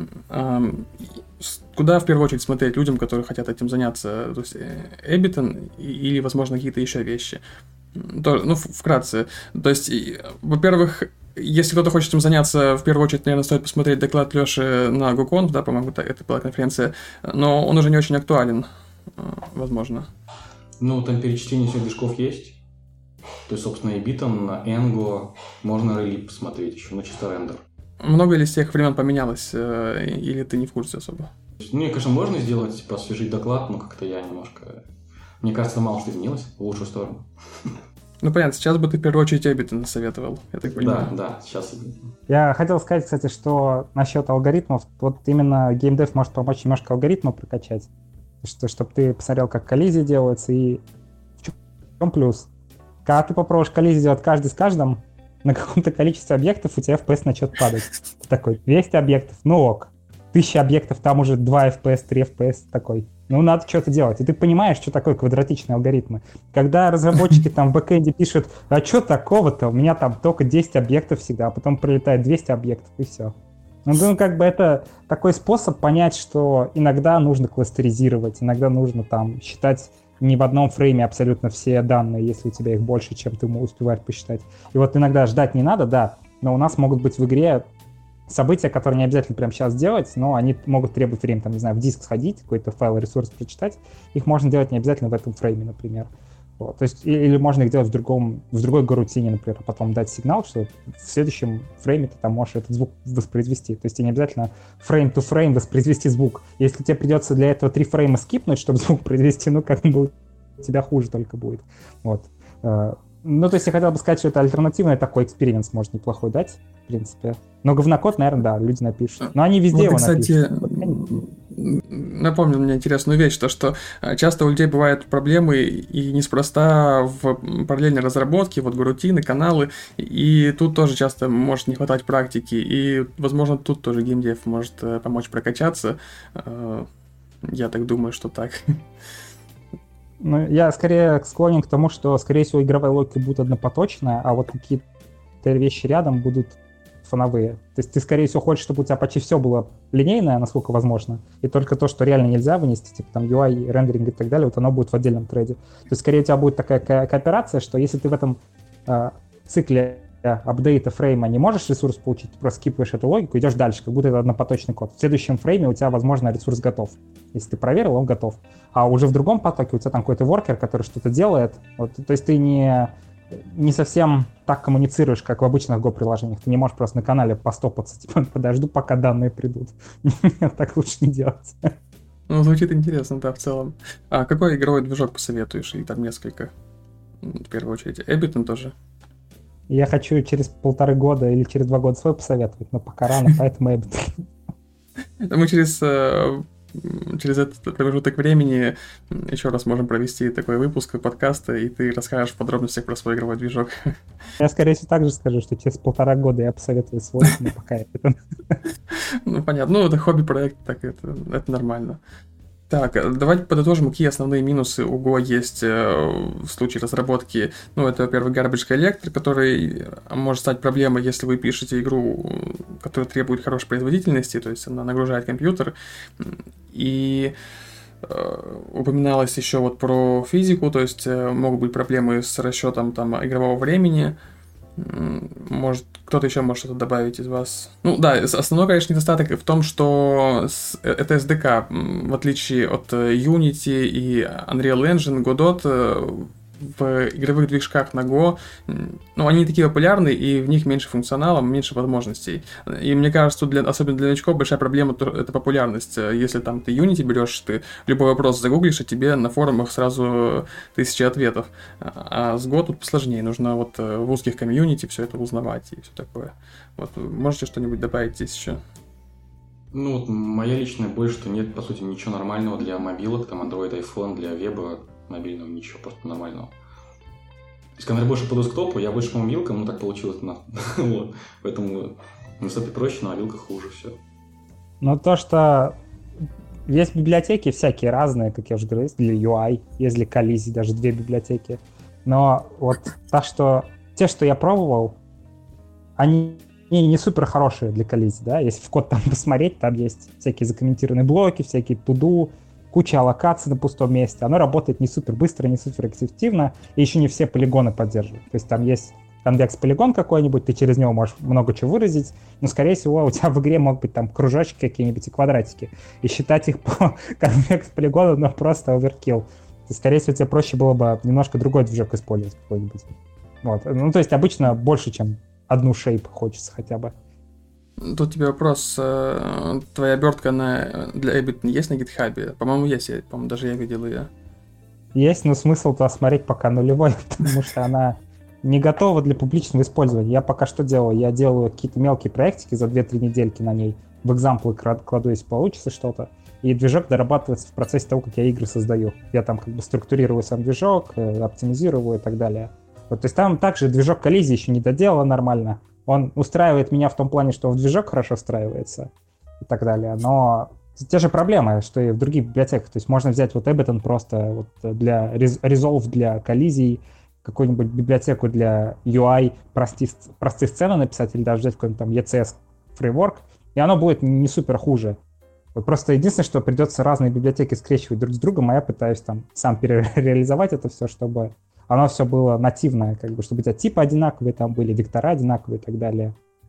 Куда в первую очередь смотреть людям, которые хотят этим заняться? То есть Ableton или, возможно, какие-то еще вещи? Вкратце. То есть, во-первых, если кто-то хочет этим заняться, в первую очередь, наверное, стоит посмотреть доклад Лёши на GoConf, да, по-моему, это была конференция, но он уже не очень актуален, возможно. Там перечисление всех движков есть. То есть, собственно, Ableton, Engo, можно релип посмотреть еще, чисто рендер. Много ли с тех времен поменялось, или ты не в курсе особо? Конечно, можно сделать, освежить доклад, но как-то я немножко... Мне кажется, мало что изменилось в лучшую сторону. Понятно, сейчас бы ты в первую очередь Ableton советовал, я так понимаю. Да, сейчас. Я хотел сказать, кстати, что насчет алгоритмов, вот именно геймдев может помочь немножко алгоритмы прокачать, чтобы ты посмотрел, как коллизии делаются, и в чем плюс. Когда ты попробуешь коллизии делать каждый с каждым, на каком-то количестве объектов у тебя FPS начнет падать. Такой, 200 объектов, ок. 1000 объектов, там уже 2 FPS, 3 FPS, такой. Надо что-то делать. И ты понимаешь, что такое квадратичные алгоритмы. Когда разработчики там в бэкэнде пишут, а что такого-то, у меня там только 10 объектов всегда, а потом прилетает 200 объектов, и все. Это такой способ понять, что иногда нужно кластеризировать, иногда нужно там считать не в одном фрейме абсолютно все данные, если у тебя их больше, чем ты успеваешь посчитать. И вот иногда ждать не надо, да, но у нас могут быть в игре события, которые не обязательно прямо сейчас делать, но они могут требовать времени, там, не знаю, в диск сходить, какой-то файл, ресурс прочитать. Их можно делать не обязательно в этом фрейме, например. Вот. То есть, или можно их делать в другой гарутине, например, а потом дать сигнал, что в следующем фрейме ты там можешь этот звук воспроизвести. То есть тебе не обязательно фрейм-то-фрейм воспроизвести звук. Если тебе придется для этого 3 фрейма скипнуть, чтобы звук произвести, как бы у тебя хуже только будет. Вот. То есть я хотел бы сказать, что это альтернативный такой экспириенс может неплохой дать, в принципе. Но говнокод, наверное, да, люди напишут. Но они везде его напишут. Напомнил мне интересную вещь, что часто у людей бывают проблемы и неспроста в параллельной разработке, гарутины, каналы, и тут тоже часто может не хватать практики, и, возможно, тут тоже геймдев может помочь прокачаться. Я так думаю, что так. Я скорее склонен к тому, что, скорее всего, игровая логика будет однопоточная, а вот какие-то вещи рядом будут фоновые. То есть ты, скорее всего, хочешь, чтобы у тебя почти все было линейное, насколько возможно, и только то, что реально нельзя вынести, типа там UI, рендеринг и так далее, вот оно будет в отдельном треде. То есть, скорее, у тебя будет такая кооперация, что если ты в этом цикле апдейта фрейма не можешь ресурс получить, ты просто скипываешь эту логику, идешь дальше, как будто это однопоточный код. В следующем фрейме у тебя, возможно, ресурс готов. Если ты проверил, он готов. А уже в другом потоке у тебя там какой-то воркер, который что-то делает. Вот, то есть ты не совсем так коммуницируешь, как в обычных Go-приложениях. Ты не можешь просто на канале постопаться, типа, подожду, пока данные придут. Так лучше не делать. Звучит интересно, да, в целом. А какой игровой движок посоветуешь? Или там несколько? В первую очередь. Ableton тоже? Я хочу через 1,5 года или через 2 года свой посоветовать, но пока рано, поэтому Ableton. Мы через через этот промежуток времени еще раз можем провести такой выпуск подкаста, и ты расскажешь в подробностях про свой игровой движок. Я, скорее всего, также скажу, что через 1,5 года я посоветую свой, но пока это... Ну, понятно. Ну, это хобби-проект, так это нормально. Так, давайте подытожим, какие основные минусы у Go есть в случае разработки. Ну, это, во-первых, garbage collector, который может стать проблемой, если вы пишете игру, которая требует хорошей производительности, то есть она нагружает компьютер. И упоминалось еще вот про физику, то есть могут быть проблемы с расчетом там игрового времени. Может, кто-то еще может что-то добавить из вас? Ну да, основной, конечно, недостаток в том, что это SDK, в отличие от Unity и Unreal Engine, Godot в игровых движках на Go, ну, они такие популярны, и в них меньше функционала, меньше возможностей. И мне кажется, тут особенно для новичков большая проблема — это популярность. Если там ты Unity берешь, ты любой вопрос загуглишь, и тебе на форумах сразу 1000 ответов. А с Go тут посложнее. Нужно вот в узких комьюнити все это узнавать и все такое. Вот, можете что-нибудь добавить здесь еще? Ну, вот моя личная боль, что нет, по сути, ничего нормального для мобилок, там, Android, iPhone, для веба мобильного, ничего просто нормального. То есть, когда я больше по десктопу, я больше по мобилкам, ну, так получилось. Вот. Поэтому на десктопе проще, на мобилках хуже все. Ну, то, что есть библиотеки всякие разные, как я уже говорил, есть для UI, есть для коллизий, даже 2 библиотеки. Но вот те, что я пробовал, они не супер хорошие для коллизий, да, если в код там посмотреть, там есть всякие закомментированные блоки, всякие to-do, куча аллокаций на пустом месте, оно работает не супер быстро, не супер эффективно, и еще не все полигоны поддерживают. То есть там есть конвекс-полигон какой-нибудь, ты через него можешь много чего выразить, но, скорее всего, у тебя в игре могут быть там кружочки какие-нибудь и квадратики, и считать их по конвекс-полигону, но просто оверкилл. Скорее всего, тебе проще было бы немножко другой движок использовать какой-нибудь. Вот. Ну, то есть обычно больше, чем одну шейп хочется хотя бы. Тут тебе вопрос. Твоя обертка для Ableton есть на GitHub? По-моему, есть. По-моему, даже я видел ее. Есть, но смысл туда смотреть пока нулевой, потому что она не готова для публичного использования. Я пока что делаю? Я делаю какие-то мелкие проектики за 2-3 недельки на ней. В экзамплы кладу, если получится что-то. И движок дорабатывается в процессе того, как я игры создаю. Я там как бы структурирую сам движок, оптимизирую и так далее. Вот, то есть там также движок коллизии еще не доделан нормально. Он устраивает меня в том плане, что в движок хорошо встраивается и так далее. Но те же проблемы, что и в других библиотеках. То есть можно взять вот Ableton просто вот для Resolve для коллизий, какую-нибудь библиотеку для UI, простые сцены написать, или даже взять какой-нибудь там ECS фреймворк, и оно будет не супер хуже. Вот просто единственное, что придется разные библиотеки скрещивать друг с другом, а я пытаюсь там сам перереализовать это все, чтобы оно все было нативное, как бы, чтобы у тебя типы одинаковые там были, вектора одинаковые и так далее.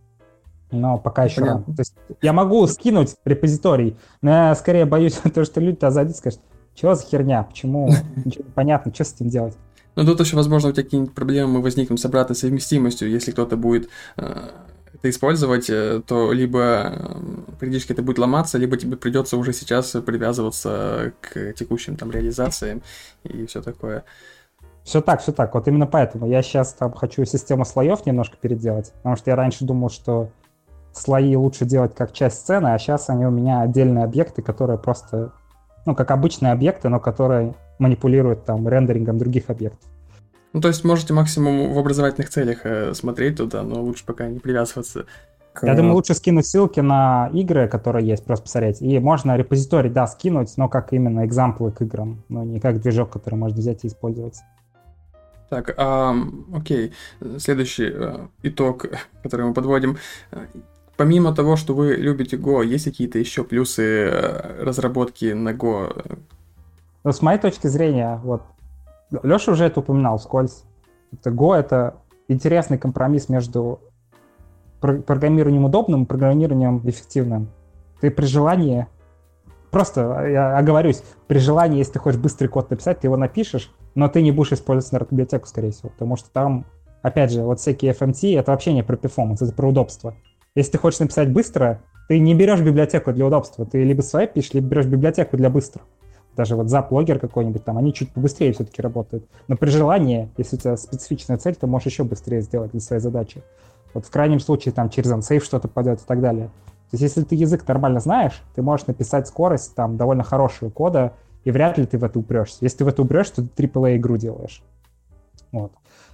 Но пока еще рано. То есть я могу скинуть репозиторий, но я скорее боюсь того, что люди-то зайдут и скажут, что за херня, почему, ничего не понятно, что с этим делать. Ну, тут еще, возможно, у тебя какие-нибудь проблемы возникнут с обратной совместимостью. Если кто-то будет это использовать, то либо периодически это будет ломаться, либо тебе придется уже сейчас привязываться к текущим там реализациям и все такое. Все так. Вот именно поэтому я сейчас там хочу систему слоев немножко переделать, потому что я раньше думал, что слои лучше делать как часть сцены, а сейчас они у меня отдельные объекты, которые просто, ну, как обычные объекты, но которые манипулируют там рендерингом других объектов. Ну, то есть можете максимум в образовательных целях смотреть туда, но лучше пока не привязываться. Я думаю, лучше скинуть ссылки на игры, которые есть, просто посмотреть. И можно репозиторий, да, скинуть, но как именно экзамплы к играм, но не как движок, который можно взять и использовать. Так, окей. Следующий итог, который мы подводим. Помимо того, что вы любите Go, есть какие-то еще плюсы разработки на Go? Ну, с моей точки зрения, вот, Леша уже это упоминал вскользь. Go — это интересный компромисс между программированием удобным и программированием эффективным. Ты при желании, просто я оговорюсь, при желании, если ты хочешь быстрый код написать, ты его напишешь, но ты не будешь использовать библиотеку, скорее всего, потому что там, опять же, вот всякие FMT — это вообще не про перформанс, это про удобство. Если ты хочешь написать быстро, ты не берешь библиотеку для удобства, ты либо свои пишешь, либо берешь библиотеку для быстрого. Даже вот Zap-логер какой-нибудь там, они чуть побыстрее все-таки работают. Но при желании, если у тебя специфичная цель, ты можешь еще быстрее сделать для своей задачи. Вот в крайнем случае там через unsafe что-то пойдет и так далее. То есть если ты язык нормально знаешь, ты можешь написать скорость там довольно хорошего кода, и вряд ли ты в это упрешься. Если ты в это упрешься, то ты AAA-игру делаешь. Вот.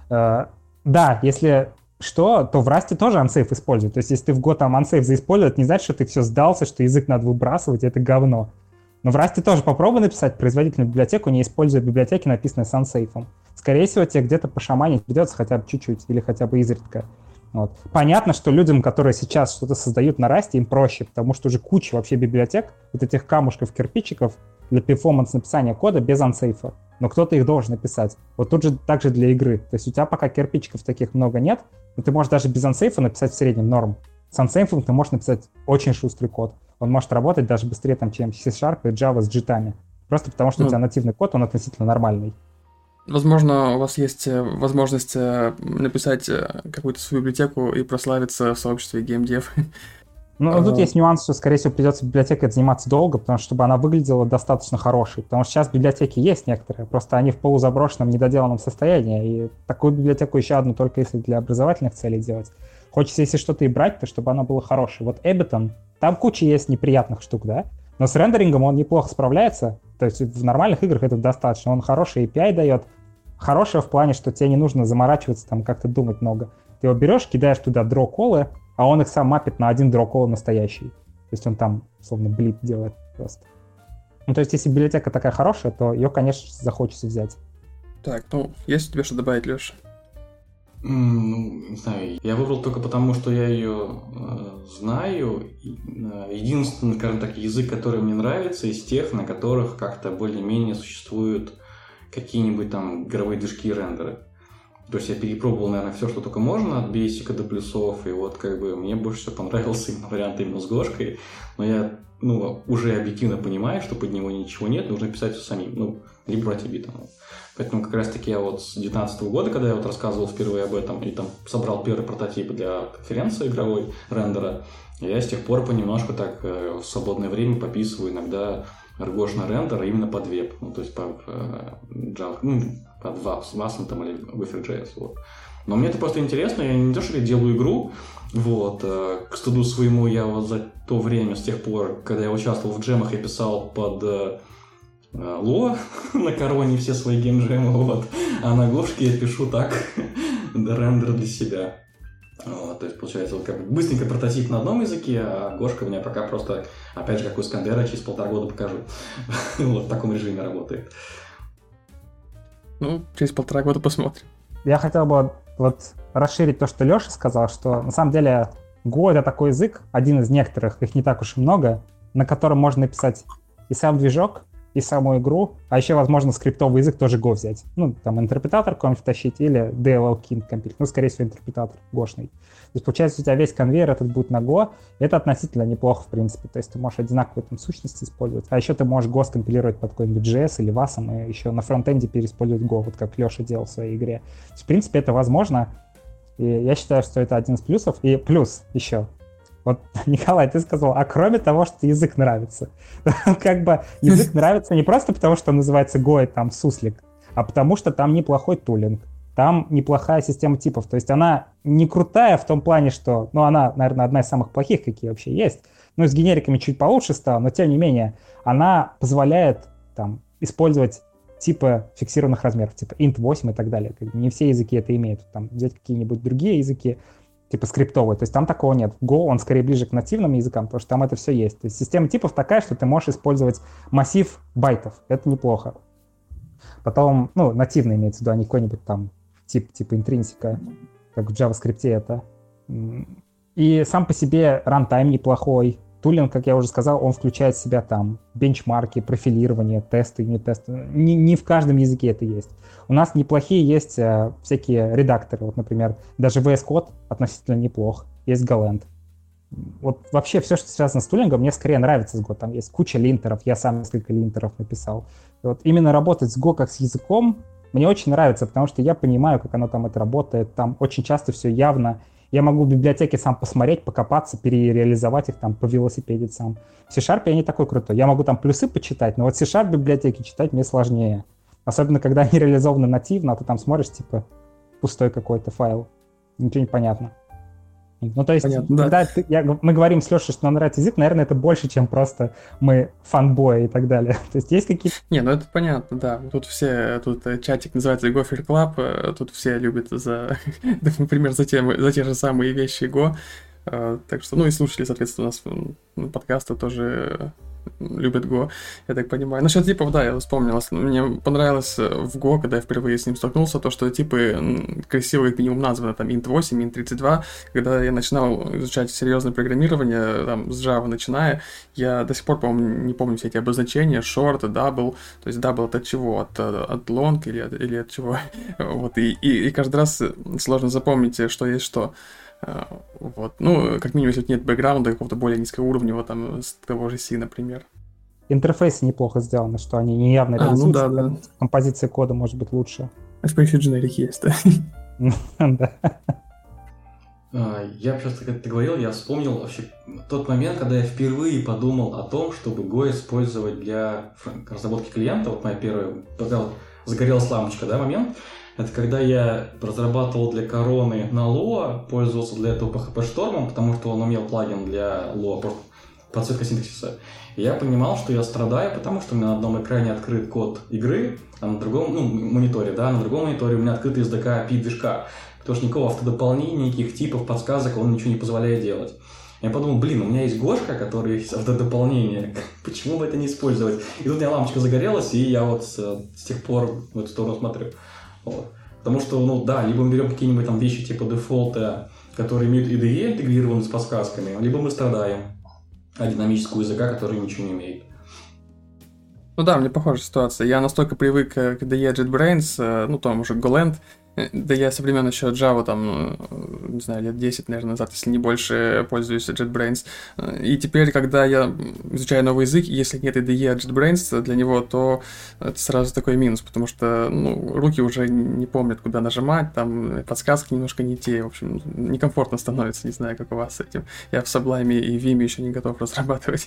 Да, если что, то в Rust тоже unsafe используют. То есть если ты в Go там unsafe заиспользовать, не значит, что ты все сдался, что язык надо выбрасывать, это говно. Но в Rust тоже попробуй написать производительную библиотеку, не используя библиотеки, написанные с unsafe. Скорее всего, тебе где-то пошаманить придется хотя бы чуть-чуть или хотя бы изредка. Вот. Понятно, что людям, которые сейчас что-то создают на Rust, им проще, потому что уже куча вообще библиотек, вот этих камушков, кирпичиков для перформанс написания кода без unsafe. Но кто-то их должен написать. Вот тут же также для игры. То есть у тебя пока кирпичиков таких много нет, но ты можешь даже без unsafe написать в среднем норм. С unsafe ты можешь написать очень шустрый код. Он может работать даже быстрее, там, чем C# и Java с джитами. Просто потому что у тебя нативный код, он относительно нормальный. Возможно, у вас есть возможность написать какую-то свою библиотеку и прославиться в сообществе GameDev. Ну, тут есть нюанс, что, скорее всего, придется библиотекой заниматься долго, потому что чтобы она выглядела достаточно хорошей. Потому что сейчас библиотеки есть некоторые, просто они в полузаброшенном, недоделанном состоянии. И такую библиотеку еще одну только если для образовательных целей делать. Хочется, если что-то и брать, то чтобы оно было хорошее. Вот Ableton, там куча есть неприятных штук, да? Но с рендерингом он неплохо справляется. То есть в нормальных играх это достаточно. Он хороший API дает. Хорошего в плане, что тебе не нужно заморачиваться, там как-то думать много. Ты его берешь, кидаешь туда draw-колы, а он их сам мапит на один draw-call настоящий. То есть он там, словно, блип делает просто. Ну, то есть если библиотека такая хорошая, то ее, конечно, захочется взять. Так, ну, есть у тебя что добавить, Леша? Ну, не знаю, я выбрал только потому, что я ее знаю. Единственный, скажем так, язык, который мне нравится, из тех, на которых как-то более-менее существуют какие-нибудь там игровые движки и рендеры. То есть я перепробовал, наверное, все, что только можно, от бейсика до плюсов, и вот как бы мне больше всего понравился именно вариант именно с Гошкой, но я, уже объективно понимаю, что под него ничего нет, нужно писать все самим, либо брать Ableton. Поэтому как раз-таки я вот с 2019 года, когда я вот рассказывал впервые об этом, и там собрал первый прототип для конференции игровой рендера, я с тех пор понемножку так в свободное время пописываю иногда RGOshный рендер именно под веб, то есть по Java, под WASM там или WFR.js. Вот. Но мне это просто интересно, я не то, что я делаю игру, к стыду своему я вот за то время, с тех пор, когда я участвовал в джемах, я писал под Lua на короне все свои геймджемы, а на Гошке я пишу так рендер для себя. То есть, получается, как бы быстренько прототип на одном языке, а Гошка у меня пока просто, опять же, как у Искандера, через 1,5 года покажу. В таком режиме работает. Через 1,5 года посмотрим. Я хотел бы расширить то, что Леша сказал, что на самом деле Go — это такой язык, один из некоторых, их не так уж и много, на котором можно написать и сам движок, и саму игру, а еще, возможно, скриптовый язык тоже Go взять. Там интерпретатор какой-нибудь втащить или DLL компилить. Скорее всего, интерпретатор гошный. То есть, получается, у тебя весь конвейер этот будет на Go. Это относительно неплохо, в принципе. То есть ты можешь одинаковые там сущности использовать. А еще ты можешь Go скомпилировать под какой-нибудь JS или WASM и еще на фронтенде переиспользовать Go, вот как Леша делал в своей игре. То есть, в принципе, это возможно. И я считаю, что это один из плюсов. И плюс еще. Вот, Николай, ты сказал, а кроме того, что язык нравится. Как бы язык нравится не просто потому, что он называется Go и там суслик, а потому что там неплохой тулинг, там неплохая система типов. То есть она не крутая в том плане, что, она, наверное, одна из самых плохих, какие вообще есть. С генериками чуть получше стала, но тем не менее, она позволяет там использовать типы фиксированных размеров, типа int 8 и так далее. Не все языки это имеют. Там взять какие-нибудь другие языки, типа скриптовый, то есть там такого нет. Go, он скорее ближе к нативным языкам, потому что там это все есть. То есть система типов такая, что ты можешь использовать массив байтов. Это неплохо. Потом, нативный имеется в виду, а не какой-нибудь там тип типа интринсика, как в JavaScript это. И сам по себе рантайм неплохой. Тулинг, как я уже сказал, он включает в себя там бенчмарки, профилирование, тесты, не тесты. Не в каждом языке это есть. У нас неплохие есть всякие редакторы. Вот, например, даже VS Code относительно неплох. Есть Golang. Вот вообще все, что связано с тулингом, мне скорее нравится с Go. Там есть куча линтеров, я сам несколько линтеров написал. И вот именно работать с Go как с языком мне очень нравится, потому что я понимаю, как оно там это работает. Там очень часто все явно. Я могу в библиотеке сам посмотреть, покопаться, перереализовать их, там, повелосипедить сам. В C# я не такой крутой. Я могу там плюсы почитать, но вот C# библиотеки читать мне сложнее. Особенно, когда они реализованы нативно, а ты там смотришь, типа, пустой какой-то файл. Ничего не понятно. Ну, то есть, Понятно, когда мы говорим с Лешей, что нам нравится язык, наверное, это больше, чем просто мы фанбои и так далее. То есть есть какие-то... Не, ну это понятно, да. Тут чатик называется Go Club, тут все любят например, за те же самые вещи Go. Так что, ну и слушатели, соответственно, у нас подкаста тоже любят Go, я так понимаю. Насчет типов, да, я вспомнил. Мне понравилось в Go, когда я впервые с ним столкнулся, то, что типы красиво как минимум названы, там, int8, int32. Когда я начинал изучать серьезное программирование, там, с Java начиная, я до сих пор, по-моему, не помню все эти обозначения, short, double, то есть double от чего? От long или от чего? Вот, и каждый раз сложно запомнить, что есть что. Вот. Ну, как минимум, если нет бэкграунда какого-то более низкоуровневого, там, с того же C, например. Интерфейсы неплохо сделаны, что они неявно реализуются. Ну да. Композиция кода может быть лучше. Aspect Generic есть, да. Да. Я просто, как ты говорил, я вспомнил вообще тот момент, когда я впервые подумал о том, чтобы Go использовать для разработки клиента. Вот моя первая, когда вот загорелась лампочка, да, момент. Это когда я разрабатывал для Короны на Lua, пользовался для этого PHP-штормом, потому что он умел плагин для Lua, просто подсветка синтаксиса. И я понимал, что я страдаю, потому что у меня на одном экране открыт код игры, а на другом, мониторе, да, на другом мониторе у меня открыт SDK API движка, потому что никакого автодополнения, никаких типов, подсказок, он ничего не позволяет делать. Я подумал, у меня есть Гошка, который есть автодополнение, почему бы это не использовать? И тут у меня лампочка загорелась, и я вот с тех пор в эту сторону смотрю. Вот. Потому что, либо мы берем какие-нибудь там вещи типа дефолта, которые имеют IDE интегрированы с подсказками, либо мы страдаем от динамического языка, который ничего не имеет. Ну да, мне похожая ситуация. Я настолько привык к IDE JetBrains, там уже Golang, да я со времен еще Java, там, не знаю, лет 10, наверное, назад, если не больше, пользуюсь JetBrains. И теперь, когда я изучаю новый язык, если нет IDE JetBrains для него, то это сразу такой минус, потому что, руки уже не помнят, куда нажимать, там подсказки немножко не те, в общем, некомфортно становится, не знаю, как у вас с этим. Я в Sublime и Vim еще не готов разрабатывать.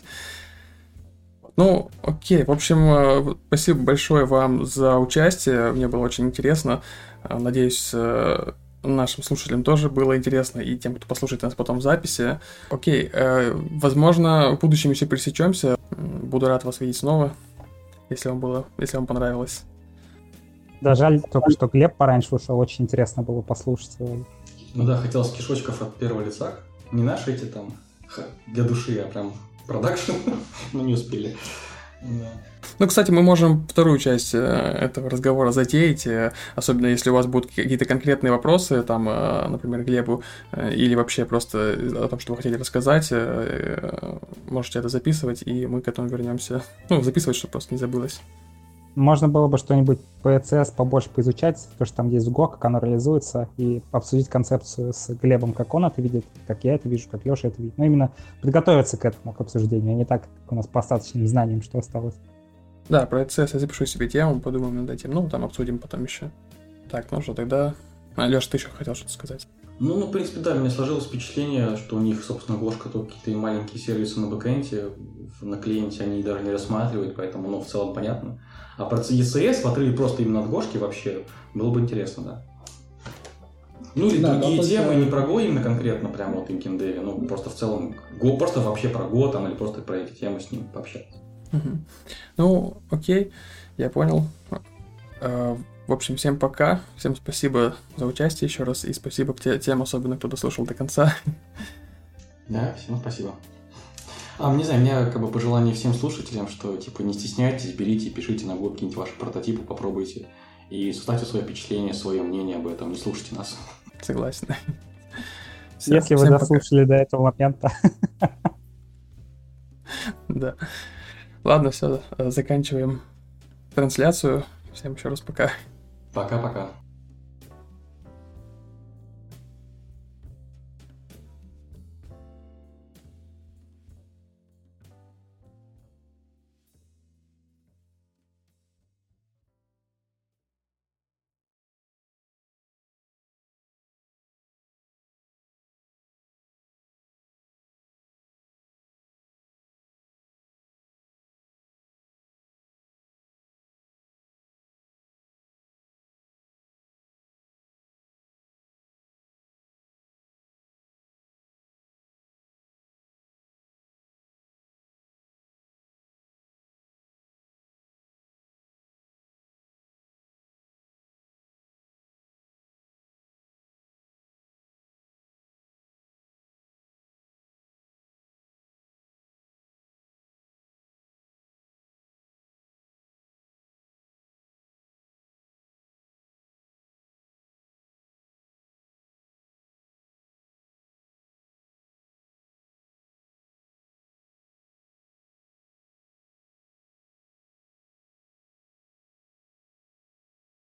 Окей, в общем, спасибо большое вам за участие, мне было очень интересно. Надеюсь, нашим слушателям тоже было интересно, и тем, кто послушает нас потом в записи. Окей, возможно, в будущем еще пересечемся. Буду рад вас видеть снова, если вам понравилось. Да, жаль только, что Глеб пораньше вышел, очень интересно было послушать. Хотелось кишочков от первого лица. Не наши эти там для души, а прям продакшн, но не успели. Да. Кстати, мы можем вторую часть этого разговора затеять, особенно если у вас будут какие-то конкретные вопросы, там, например, Глебу, или вообще просто о том, что вы хотели рассказать, можете это записывать, и мы к этому вернемся. Записывать, чтобы просто не забылось. Можно было бы что-нибудь по ECS побольше поизучать, то, что там есть в Go, как оно реализуется, и обсудить концепцию с Глебом, как он это видит, как я это вижу, как Леша это видит. Именно подготовиться к этому, к обсуждению, а не так, как у нас по остаточным знаниям, что осталось. Да, про ECS я запишу себе тему, подумаем над этим, там обсудим потом еще. Так, что тогда... Леша, ты еще хотел что-то сказать? В принципе, да, у меня сложилось впечатление, что у них, собственно, Гошка только какие-то маленькие сервисы на бэкэнде, на клиенте они даже не рассматривают, поэтому, в целом понятно. А про ECS в отрыве просто именно от Гошки вообще было бы интересно, да. Или другие темы, не про Go именно конкретно, прямо вот им Деве, просто в целом, Go, просто вообще про Go там, или просто про эти темы с ним пообщаться. Окей, я понял. В общем, всем пока, всем спасибо за участие еще раз, и спасибо тем, особенно кто дослушал до конца. Да, всем спасибо. Не знаю, у меня пожелание всем слушателям, что не стесняйтесь, берите, пишите на Go какие-нибудь ваши прототипы, попробуйте, и составьте свое впечатление, свое мнение об этом, не слушайте нас. Согласен. Если вы дослушали до этого момента. Да. Ладно, все, заканчиваем трансляцию. Всем еще раз пока. Пока-пока.